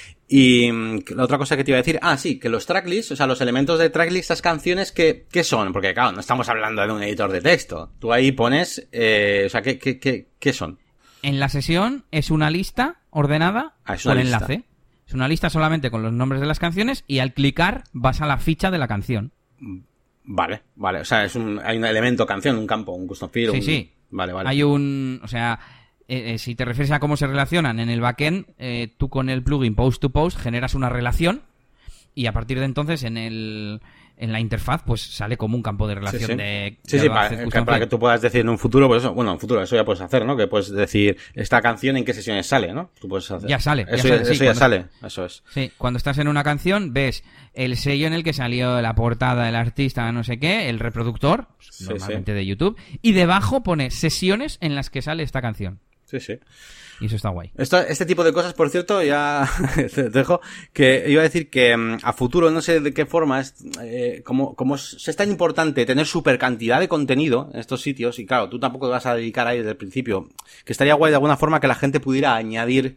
Y la otra cosa que te iba a decir, ah, sí, que los tracklists, o sea, los elementos de tracklist, estas canciones, ¿qué, qué son? Porque, claro, no estamos hablando de un editor de texto. Tú ahí pones, eh, o sea, ¿qué, qué, qué, qué son? En la sesión es una lista ordenada ah, es una con lista. enlace. Es una lista solamente con los nombres de las canciones y al clicar vas a la ficha de la canción. Vale, vale, o sea, es un, hay un elemento canción, un campo, un custom field. Sí, un... sí. Vale, vale. Hay un, o sea... Eh, eh, si te refieres a cómo se relacionan en el backend, eh, tú con el plugin Post to Post generas una relación y a partir de entonces en el en la interfaz pues sale como un campo de relación sí, sí. de... Sí, de sí, para que, para que tú puedas decir en un futuro, pues eso, bueno, en un futuro eso ya puedes hacer, ¿no? Que puedes decir esta canción en qué sesiones sale, ¿no? Tú puedes hacer. Ya sale. Eso ya ya, sale, sí, eso ya cuando, sale, eso es. Sí, cuando estás en una canción ves el sello en el que salió la portada del artista, no sé qué, el reproductor, sí, normalmente sí. de YouTube, y debajo pone sesiones en las que sale esta canción. Sí, sí. Y eso está guay. Esto, este tipo de cosas, por cierto, ya te dejo, que iba a decir que um, a futuro, no sé de qué forma, es, eh, como, como es, es tan importante tener super cantidad de contenido en estos sitios, y claro, tú tampoco te vas a dedicar ahí desde el principio, que estaría guay de alguna forma que la gente pudiera añadir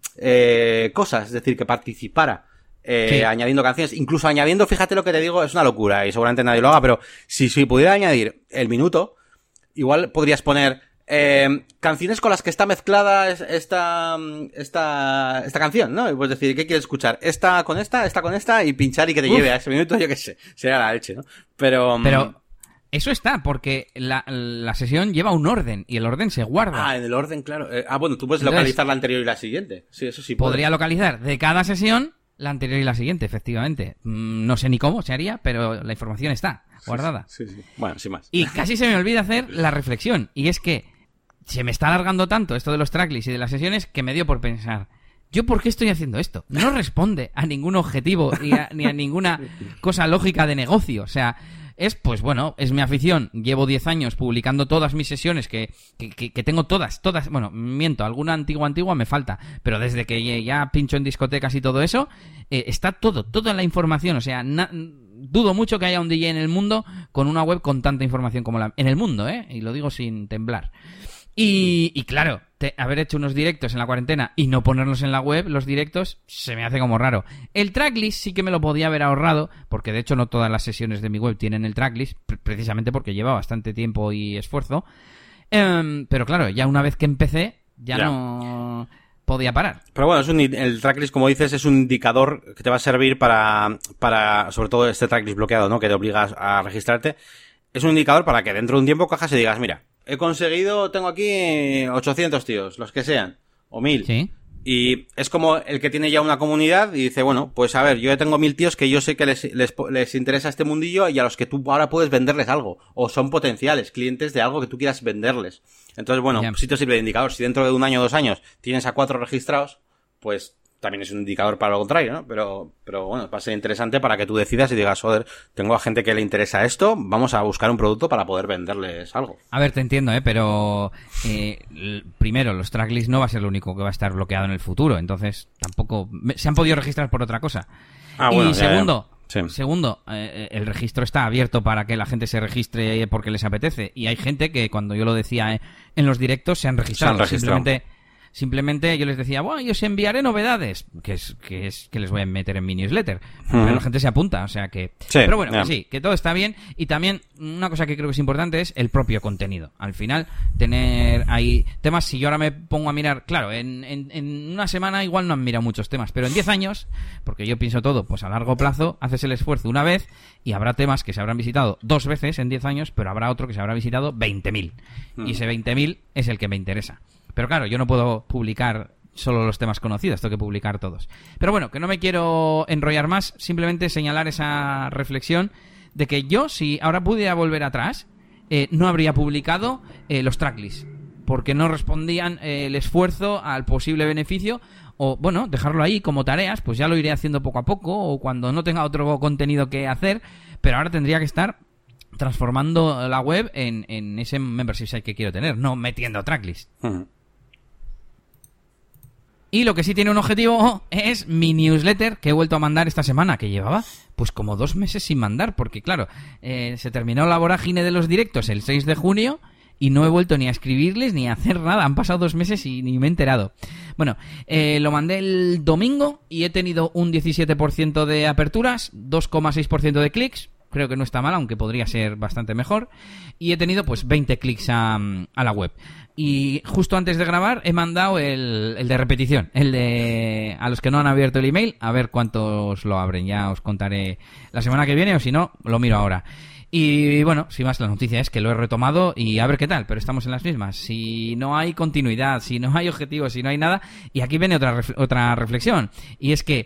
eh, cosas, es decir, que participara. Eh, sí. Añadiendo canciones, incluso añadiendo, fíjate lo que te digo, es una locura y seguramente nadie lo haga, pero si, si pudiera añadir el minuto, igual podrías poner eh, canciones con las que está mezclada esta, esta, esta canción, ¿no? Y puedes decir, ¿qué quieres escuchar? Esta con esta, esta con esta, y pinchar y que te Uf. lleve a ese minuto, yo qué sé, sería la leche, ¿no? Pero... pero... Eso está, porque la, la sesión lleva un orden y el orden se guarda. Ah, en el orden, claro. Eh, ah, bueno, tú puedes Entonces, localizar la anterior y la siguiente. Sí, eso sí. Podría puedes. localizar de cada sesión la anterior y la siguiente, efectivamente. No sé ni cómo se haría, pero la información está guardada. Sí, sí, sí. Bueno, sin más. Y casi se me olvida hacer la reflexión, y es que se me está alargando tanto esto de los tracklists y de las sesiones que me dio por pensar, ¿yo por qué estoy haciendo esto? No responde a ningún objetivo ni a, ni a ninguna cosa lógica de negocio. O sea, es, pues bueno, es mi afición. Llevo diez años publicando todas mis sesiones, que, que, que, que tengo todas, todas, bueno, miento, alguna antigua, antigua me falta, pero desde que ya pincho en discotecas y todo eso, eh, está todo, toda la información. O sea, na- dudo mucho que haya un D J en el mundo con una web con tanta información como la... En el mundo, ¿eh? Y lo digo sin temblar. Y, y claro, te, haber hecho unos directos en la cuarentena y no ponerlos en la web, los directos, se me hace como raro. El tracklist sí que me lo podía haber ahorrado, porque de hecho no todas las sesiones de mi web tienen el tracklist, pre- precisamente porque lleva bastante tiempo y esfuerzo. Um, pero claro, ya una vez que empecé, ya, ya no podía parar. Pero bueno, es un, el tracklist, como dices, es un indicador que te va a servir para, para, sobre todo este tracklist bloqueado, ¿no? Que te obliga a registrarte. Es un indicador para que dentro de un tiempo cojas y digas, mira, he conseguido, tengo aquí ochocientos tíos, los que sean, o mil. Sí. Y es como el que tiene ya una comunidad y dice, bueno, pues a ver, yo ya tengo mil tíos que yo sé que les, les, les interesa este mundillo y a los que tú ahora puedes venderles algo. O son potenciales clientes de algo que tú quieras venderles. Entonces, bueno, yeah. sí te sirve de indicador. Si dentro de un año o dos años tienes a cuatro registrados, pues también es un indicador para lo contrario, ¿no? Pero, pero bueno, va a ser interesante para que tú decidas y digas, joder, tengo a gente que le interesa esto, vamos a buscar un producto para poder venderles algo. A ver, te entiendo, ¿eh? Pero eh, primero, los tracklists no va a ser lo único que va a estar bloqueado en el futuro, entonces tampoco... Se han podido registrar por otra cosa. Ah, bueno, y ya, segundo... ya. Sí. Segundo, eh, el registro está abierto para que la gente se registre porque les apetece, y hay gente que, cuando yo lo decía eh, en los directos, se han registrado. Se han registrado. Simplemente... Simplemente yo les decía, bueno, yo os enviaré novedades, que es que es que les voy a meter en mi newsletter. Uh-huh. Pero la gente se apunta, o sea que... Sí, pero bueno, yeah. que sí, que todo está bien. Y también una cosa que creo que es importante es el propio contenido. Al final, tener ahí temas, si yo ahora me pongo a mirar, claro, en, en, en una semana igual no han mirado muchos temas, pero en diez años, porque yo pienso todo, pues a largo plazo, haces el esfuerzo una vez y habrá temas que se habrán visitado dos veces en diez años, pero habrá otro que se habrá visitado veinte mil. Uh-huh. Y ese veinte mil es el que me interesa. Pero claro, yo no puedo publicar solo los temas conocidos, tengo que publicar todos. Pero bueno, que no me quiero enrollar más, simplemente señalar esa reflexión de que yo, si ahora pudiera volver atrás, eh, no habría publicado eh, los tracklists, porque no respondían eh, el esfuerzo al posible beneficio, o bueno, dejarlo ahí como tareas, pues ya lo iré haciendo poco a poco, o cuando no tenga otro contenido que hacer, pero ahora tendría que estar transformando la web en, en ese membership site que quiero tener, no metiendo tracklist. Uh-huh. Y lo que sí tiene un objetivo es mi newsletter que he vuelto a mandar esta semana, que llevaba pues como dos meses sin mandar, porque claro, eh, se terminó la vorágine de los directos el seis de junio y no he vuelto ni a escribirles ni a hacer nada. Han pasado dos meses y ni me he enterado. Bueno, eh, lo mandé el domingo y he tenido un diecisiete por ciento de aperturas, dos coma seis por ciento de clics. Creo que no está mal, aunque podría ser bastante mejor. Y he tenido pues veinte clics a, a la web. Y justo antes de grabar he mandado el, el de repetición, el de a los que no han abierto el email, a ver cuántos lo abren. Ya os contaré la semana que viene, o si no, lo miro ahora. Y bueno, sin más, la noticia es que lo he retomado y a ver qué tal, pero estamos en las mismas. Si no hay continuidad, si no hay objetivos, si no hay nada... Y aquí viene otra, ref- otra reflexión, y es que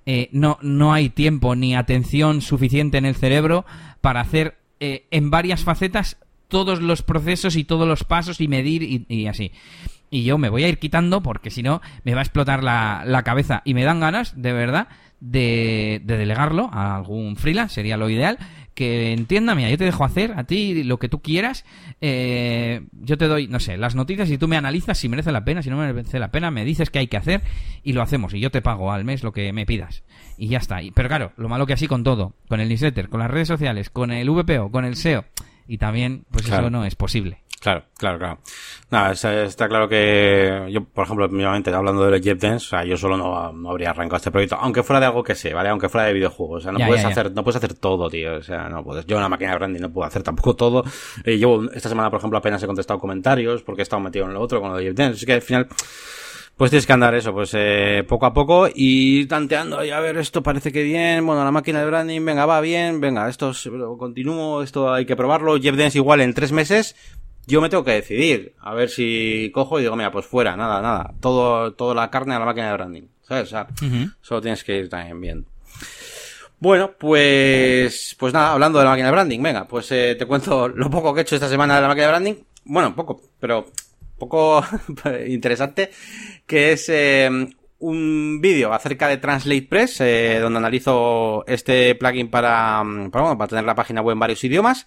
eh, no, no hay tiempo ni atención suficiente en el cerebro para hacer eh, en varias facetas todos los procesos y todos los pasos y medir y, y así. Y yo me voy a ir quitando porque si no me va a explotar la, la cabeza. Y me dan ganas, de verdad, de, de delegarlo a algún freelance, sería lo ideal. Que entienda, mira, yo te dejo hacer a ti lo que tú quieras. Eh, yo te doy, no sé, las noticias y tú me analizas si merece la pena, si no merece la pena, me dices qué hay que hacer y lo hacemos. Y yo te pago al mes lo que me pidas. Y ya está. Pero claro, lo malo que así con todo. Con el newsletter, con las redes sociales, con el V P O, con el S E O. Y también, pues claro, eso no es posible. Claro, claro, claro. Nada, está, está claro que yo, por ejemplo, mínimamente hablando de los JetDance, o sea, yo solo no, no habría arrancado este proyecto, aunque fuera de algo que sé, ¿vale? Aunque fuera de videojuegos. O sea, no ya, puedes ya, hacer, ya. no puedes hacer todo, tío. O sea, no puedes. Yo en una máquina de branding no puedo hacer tampoco todo. Eh, yo esta semana, por ejemplo, apenas he contestado comentarios porque he estado metido en lo otro con lo de JetDance. Así que al final, pues tienes que andar eso, pues eh, poco a poco y tanteando, y a ver, esto parece que bien, bueno, la máquina de branding, venga, va bien, venga, esto es, continúo, esto hay que probarlo, JetDance igual en tres meses, yo me tengo que decidir, a ver si cojo y digo, mira, pues fuera, nada, nada, todo, toda la carne a la máquina de branding, ¿sabes? O sea, uh-huh. Solo tienes que ir también viendo. Bueno, pues, pues nada, hablando de la máquina de branding, venga, pues eh, te cuento lo poco que he hecho esta semana de la máquina de branding, bueno, poco, pero poco interesante, que es eh, un vídeo acerca de TranslatePress, eh, donde analizo este plugin para, para, bueno, para tener la página web en varios idiomas.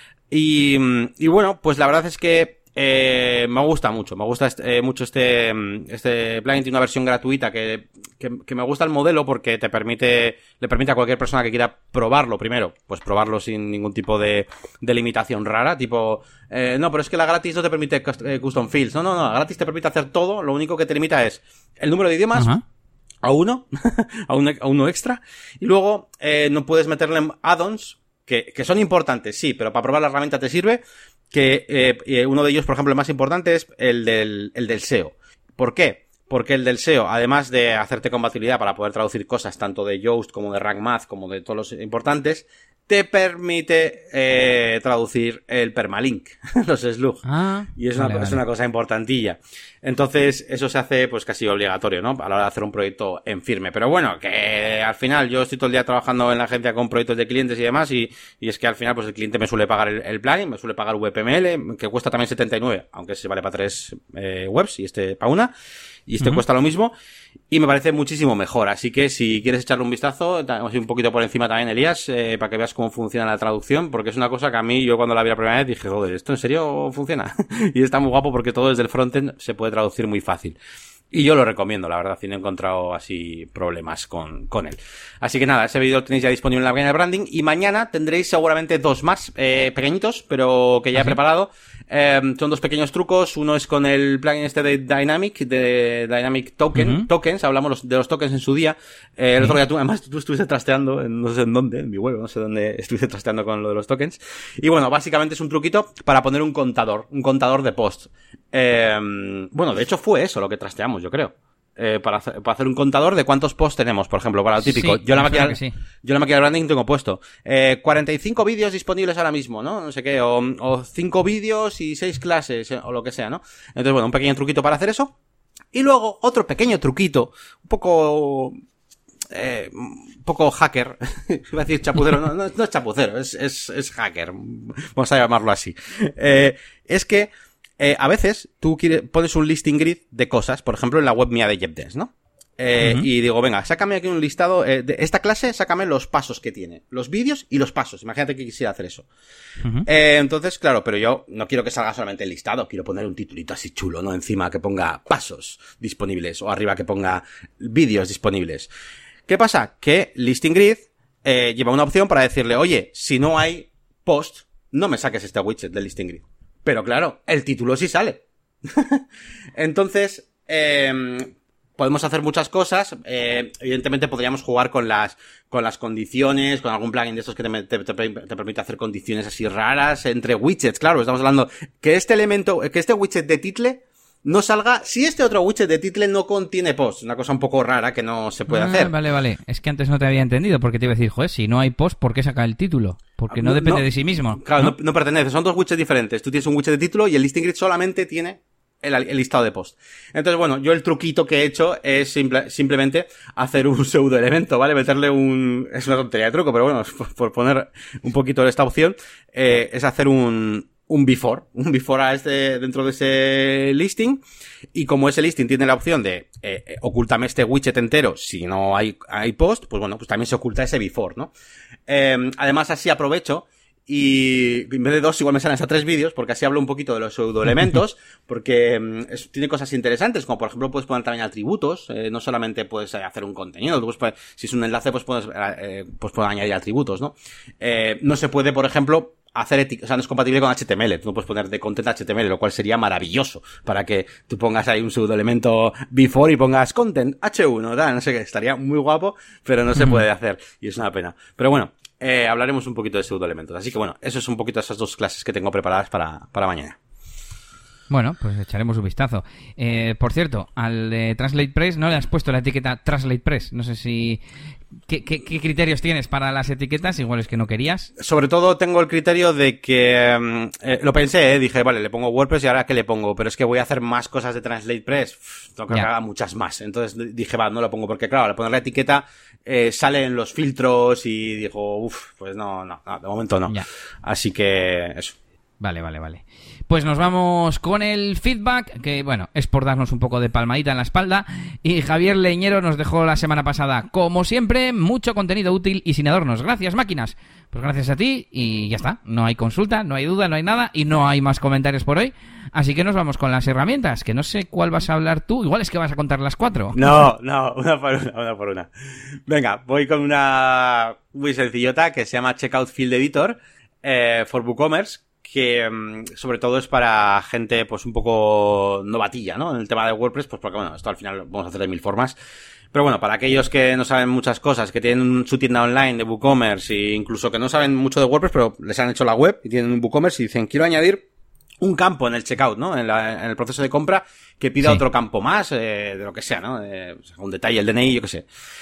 Y, y bueno, pues la verdad es que eh, me gusta mucho, me gusta este, eh, mucho este, este plugin. Tiene una versión gratuita que, que, que me gusta el modelo porque te permite, le permite a cualquier persona que quiera probarlo primero, pues probarlo sin ningún tipo de, de limitación rara, tipo, eh, no, pero es que la gratis no te permite custom fields, no, no, no, la gratis te permite hacer todo, lo único que te limita es el número de idiomas, uh-huh. a uno, a, uno a uno extra, y luego eh, no puedes meterle add-ons, que, que son importantes, sí, pero para probar la herramienta te sirve, que eh, uno de ellos, por ejemplo, el más importante es el del, el del S E O. ¿Por qué? Porque el del S E O, además de hacerte compatibilidad para poder traducir cosas tanto de Yoast como de Rank Math como de todos los importantes, te permite eh, traducir el permalink, los slug. Ah, y es, vale, una, vale. es una cosa importantilla. Entonces, eso se hace pues casi obligatorio, ¿no? A la hora de hacer un proyecto en firme. Pero bueno, que al final yo estoy todo el día trabajando en la agencia con proyectos de clientes y demás, y, y es que al final pues el cliente me suele pagar el, el plugin, me suele pagar V P M L, que cuesta también setenta y nueve, aunque se vale para tres eh, webs y este para una. Y este uh-huh. cuesta lo mismo. Y me parece muchísimo mejor. Así que si quieres echarle un vistazo, un poquito por encima también, Elías, eh, para que veas cómo funciona la traducción, porque es una cosa que a mí, yo cuando la vi la primera vez dije, joder, ¿esto en serio funciona? Y está muy guapo porque todo desde el frontend se puede traducir muy fácil. Y yo lo recomiendo, la verdad, si no he encontrado así problemas con, con él. Así que nada, ese vídeo lo tenéis ya disponible en la página de branding, y mañana tendréis seguramente dos más, eh, pequeñitos, pero que ya he preparado. Eh, son dos pequeños trucos. Uno es con el plugin este de Dynamic, de Dynamic Token, uh-huh. Tokens, hablamos los, de los tokens en su día. Eh, el uh-huh. otro día tú, además, tú estuviste trasteando, en, no sé en dónde, en mi web, no sé dónde estuviste trasteando con lo de los tokens. Y bueno, básicamente es un truquito para poner un contador, un contador de post. Eh, bueno, de hecho fue eso lo que trasteamos, yo creo. Eh, para, hacer, para hacer un contador de cuántos posts tenemos, por ejemplo, para lo típico. Sí, yo, la máquina, sí. yo la máquina de branding tengo puesto eh, cuarenta y cinco vídeos disponibles ahora mismo, ¿no? No sé qué, o, o cinco vídeos y seis clases, o lo que sea, ¿no? Entonces, bueno, un pequeño truquito para hacer eso. Y luego, otro pequeño truquito, un poco... Eh, un poco hacker, iba a decir chapucero, no, no, no es chapucero, es, es, es hacker, vamos a llamarlo así. Eh, es que Eh, a veces tú quieres, pones un listing grid de cosas, por ejemplo en la web mía de JetDance, ¿no? Eh, uh-huh. Y digo, venga, sácame aquí un listado eh, de esta clase, sácame los pasos que tiene, los vídeos y los pasos. Imagínate que quisiera hacer eso. Uh-huh. Eh, entonces, claro, pero yo no quiero que salga solamente el listado, quiero poner un titulito así chulo, ¿no? Encima que ponga pasos disponibles, o arriba que ponga vídeos disponibles. ¿Qué pasa? Que Listing Grid eh, lleva una opción para decirle, oye, si no hay post, no me saques este widget del Listing Grid. Pero claro, el título sí sale. Entonces, eh, podemos hacer muchas cosas. Eh, evidentemente podríamos jugar con las con las condiciones, con algún plugin de estos que te, te, te, te permite hacer condiciones así raras entre widgets. Claro, estamos hablando que este elemento, que este widget de title no salga si este otro widget de title no contiene post. Una cosa un poco rara que no se puede ah, hacer. Vale, vale. Es que antes no te había entendido, porque te iba a decir, joder, si no hay post, ¿por qué saca el título? Porque no, no depende no, de sí mismo. Claro, ¿no? No, no pertenece. Son dos widgets diferentes. Tú tienes un widget de título y el Listing Grid solamente tiene el, el listado de post. Entonces, bueno, yo el truquito que he hecho es simple, simplemente hacer un pseudo elemento, ¿vale? Meterle un... Es una tontería de truco, pero bueno, por, por poner un poquito esta opción, eh, es hacer un... un before, un before a este, dentro de ese listing, y como ese listing tiene la opción de eh, eh, ocúltame este widget entero si no hay, hay post, pues bueno, pues también se oculta ese before, ¿no? Eh, además así aprovecho y en vez de dos igual me salen hasta tres vídeos, porque así hablo un poquito de los pseudoelementos, porque es, tiene cosas interesantes, como por ejemplo puedes poner también atributos, eh, no solamente puedes hacer un contenido, tú puedes, si es un enlace pues puedes, eh, pues puedes añadir atributos, ¿no? Eh, no se puede, por ejemplo, hacer eti- o sea, no es compatible con H T M L, tú no puedes poner de content H T M L, lo cual sería maravilloso, para que tú pongas ahí un pseudoelemento before y pongas content H uno, ¿verdad? No sé qué, estaría muy guapo, pero no se mm. puede hacer, y es una pena. Pero bueno, Eh, hablaremos un poquito de pseudoelementos. Así que bueno, eso es un poquito esas dos clases que tengo preparadas para, para mañana. Bueno, pues echaremos un vistazo. Eh, por cierto, al de TranslatePress no le has puesto la etiqueta TranslatePress. No sé si... ¿Qué, qué, qué criterios tienes para las etiquetas? Igual es que no querías. Sobre todo tengo el criterio de que... Eh, lo pensé, eh, dije, vale, le pongo WordPress y ahora ¿qué le pongo? Pero es que voy a hacer más cosas de TranslatePress. Uf, tengo que yeah. haga muchas más. Entonces dije, va, no lo pongo porque claro, al poner la etiqueta eh, salen los filtros y digo, uff, pues no, no, no, de momento no. Yeah. Así que eso. Vale, vale, vale. Pues nos vamos con el feedback, que bueno, es por darnos un poco de palmadita en la espalda. Y Javier Leñero nos dejó la semana pasada, como siempre, mucho contenido útil y sin adornos. Gracias, máquinas. Pues gracias a ti y ya está. No hay consulta, no hay duda, no hay nada y no hay más comentarios por hoy. Así que nos vamos con las herramientas, que no sé cuál vas a hablar tú. Igual es que vas a contar las cuatro. No, no, una por una, una por una. Venga, voy con una muy sencillota que se llama Checkout Field Editor eh, for WooCommerce, que sobre todo es para gente pues un poco novatilla, ¿no? En el tema de WordPress, pues porque bueno, esto al final lo vamos a hacer de mil formas. Pero bueno, para aquellos que no saben muchas cosas, que tienen su tienda online de WooCommerce e incluso que no saben mucho de WordPress, pero les han hecho la web y tienen un WooCommerce y dicen, quiero añadir un campo en el checkout, ¿no? En, la, en el proceso de compra que pida sí. otro campo más, eh, de lo que sea, ¿no? Eh, un detalle, el D N I, yo qué sé.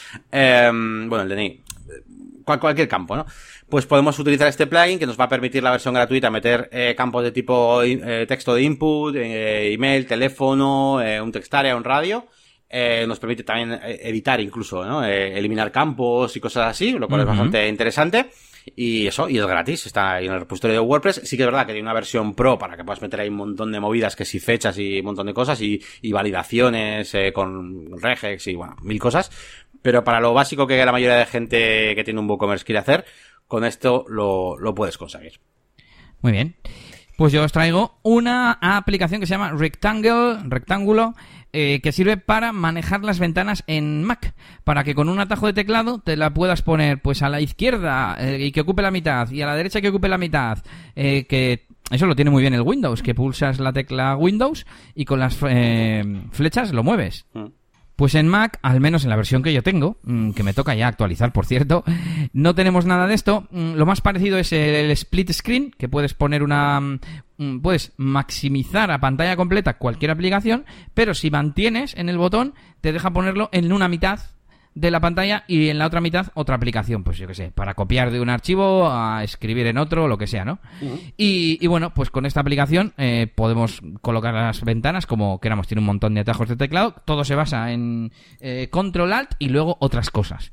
Eh, bueno, el D N I. Cual, cualquier campo, ¿no? Pues podemos utilizar este plugin que nos va a permitir la versión gratuita meter eh, campos de tipo eh, texto de input, eh, email, teléfono, eh, un textarea, un radio. Eh, nos permite también eh, editar incluso, ¿no? Eh, eliminar campos y cosas así, lo cual uh-huh. es bastante interesante. Y eso, y es gratis, está ahí en el repositorio de WordPress. Sí que es verdad que tiene una versión pro para que puedas meter ahí un montón de movidas, que si fechas y un montón de cosas, y, y validaciones eh, con regex y bueno, mil cosas. Pero para lo básico que la mayoría de gente que tiene un WooCommerce quiere hacer, con esto lo, lo puedes conseguir. Muy bien. Pues yo os traigo una aplicación que se llama Rectangle, Rectángulo, eh, que sirve para manejar las ventanas en Mac, para que con un atajo de teclado te la puedas poner pues a la izquierda eh, y que ocupe la mitad, y a la derecha que ocupe la mitad, eh, que eso lo tiene muy bien el Windows, que pulsas la tecla Windows y con las eh, flechas lo mueves. Mm. Pues en Mac, al menos en la versión que yo tengo, que me toca ya actualizar, por cierto, no tenemos nada de esto. Lo más parecido es el split screen, que puedes poner una... puedes maximizar a pantalla completa cualquier aplicación, pero si mantienes en el botón, te deja ponerlo en una mitad de la pantalla y en la otra mitad otra aplicación, pues yo qué sé, para copiar de un archivo a escribir en otro, lo que sea, ¿no? Uh-huh. Y, y bueno, pues con esta aplicación eh, podemos colocar las ventanas como queramos, tiene un montón de atajos de teclado, todo se basa en eh, Control Alt y luego otras cosas.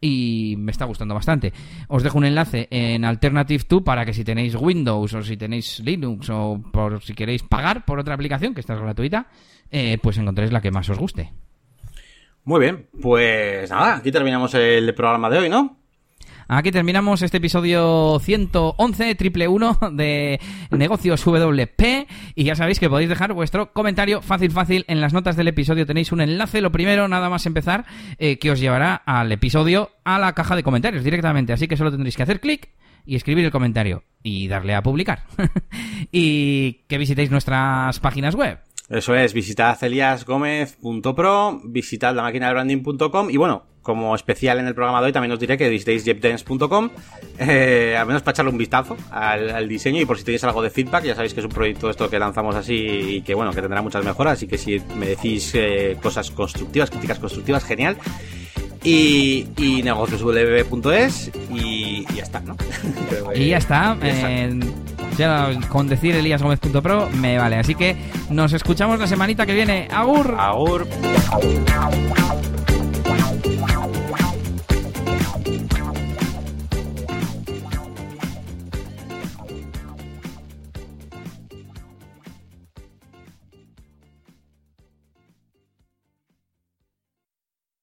Y me está gustando bastante. Os dejo un enlace en Alternative dos para que si tenéis Windows o si tenéis Linux o por si queréis pagar por otra aplicación, que esta es gratuita, eh, pues encontréis la que más os guste. Muy bien, pues nada, aquí terminamos el programa de hoy, ¿no? Aquí terminamos este episodio ciento once, triple uno de Negocios W P, y ya sabéis que podéis dejar vuestro comentario fácil, fácil. En las notas del episodio tenéis un enlace, lo primero, nada más empezar, eh, que os llevará al episodio, a la caja de comentarios directamente, así que solo tendréis que hacer clic y escribir el comentario y darle a publicar. Y que visitéis nuestras páginas web. Eso es, visitad elias gomez punto pro, visitad la máquina del branding punto com y bueno, como especial en el programa de hoy también os diré que visitéis jepdance punto com, eh, al menos para echarle un vistazo al, al diseño y por si tenéis algo de feedback. Ya sabéis que es un proyecto esto que lanzamos así y que bueno, que tendrá muchas mejoras, así que si me decís eh, cosas constructivas, críticas constructivas, genial. Y, y negocios w punto es y, y ya está, ¿no? y ya está, eh, Ya con decir elías gómez punto pro me vale. Así que nos escuchamos la semanita que viene. ¡Agur! ¡Agur!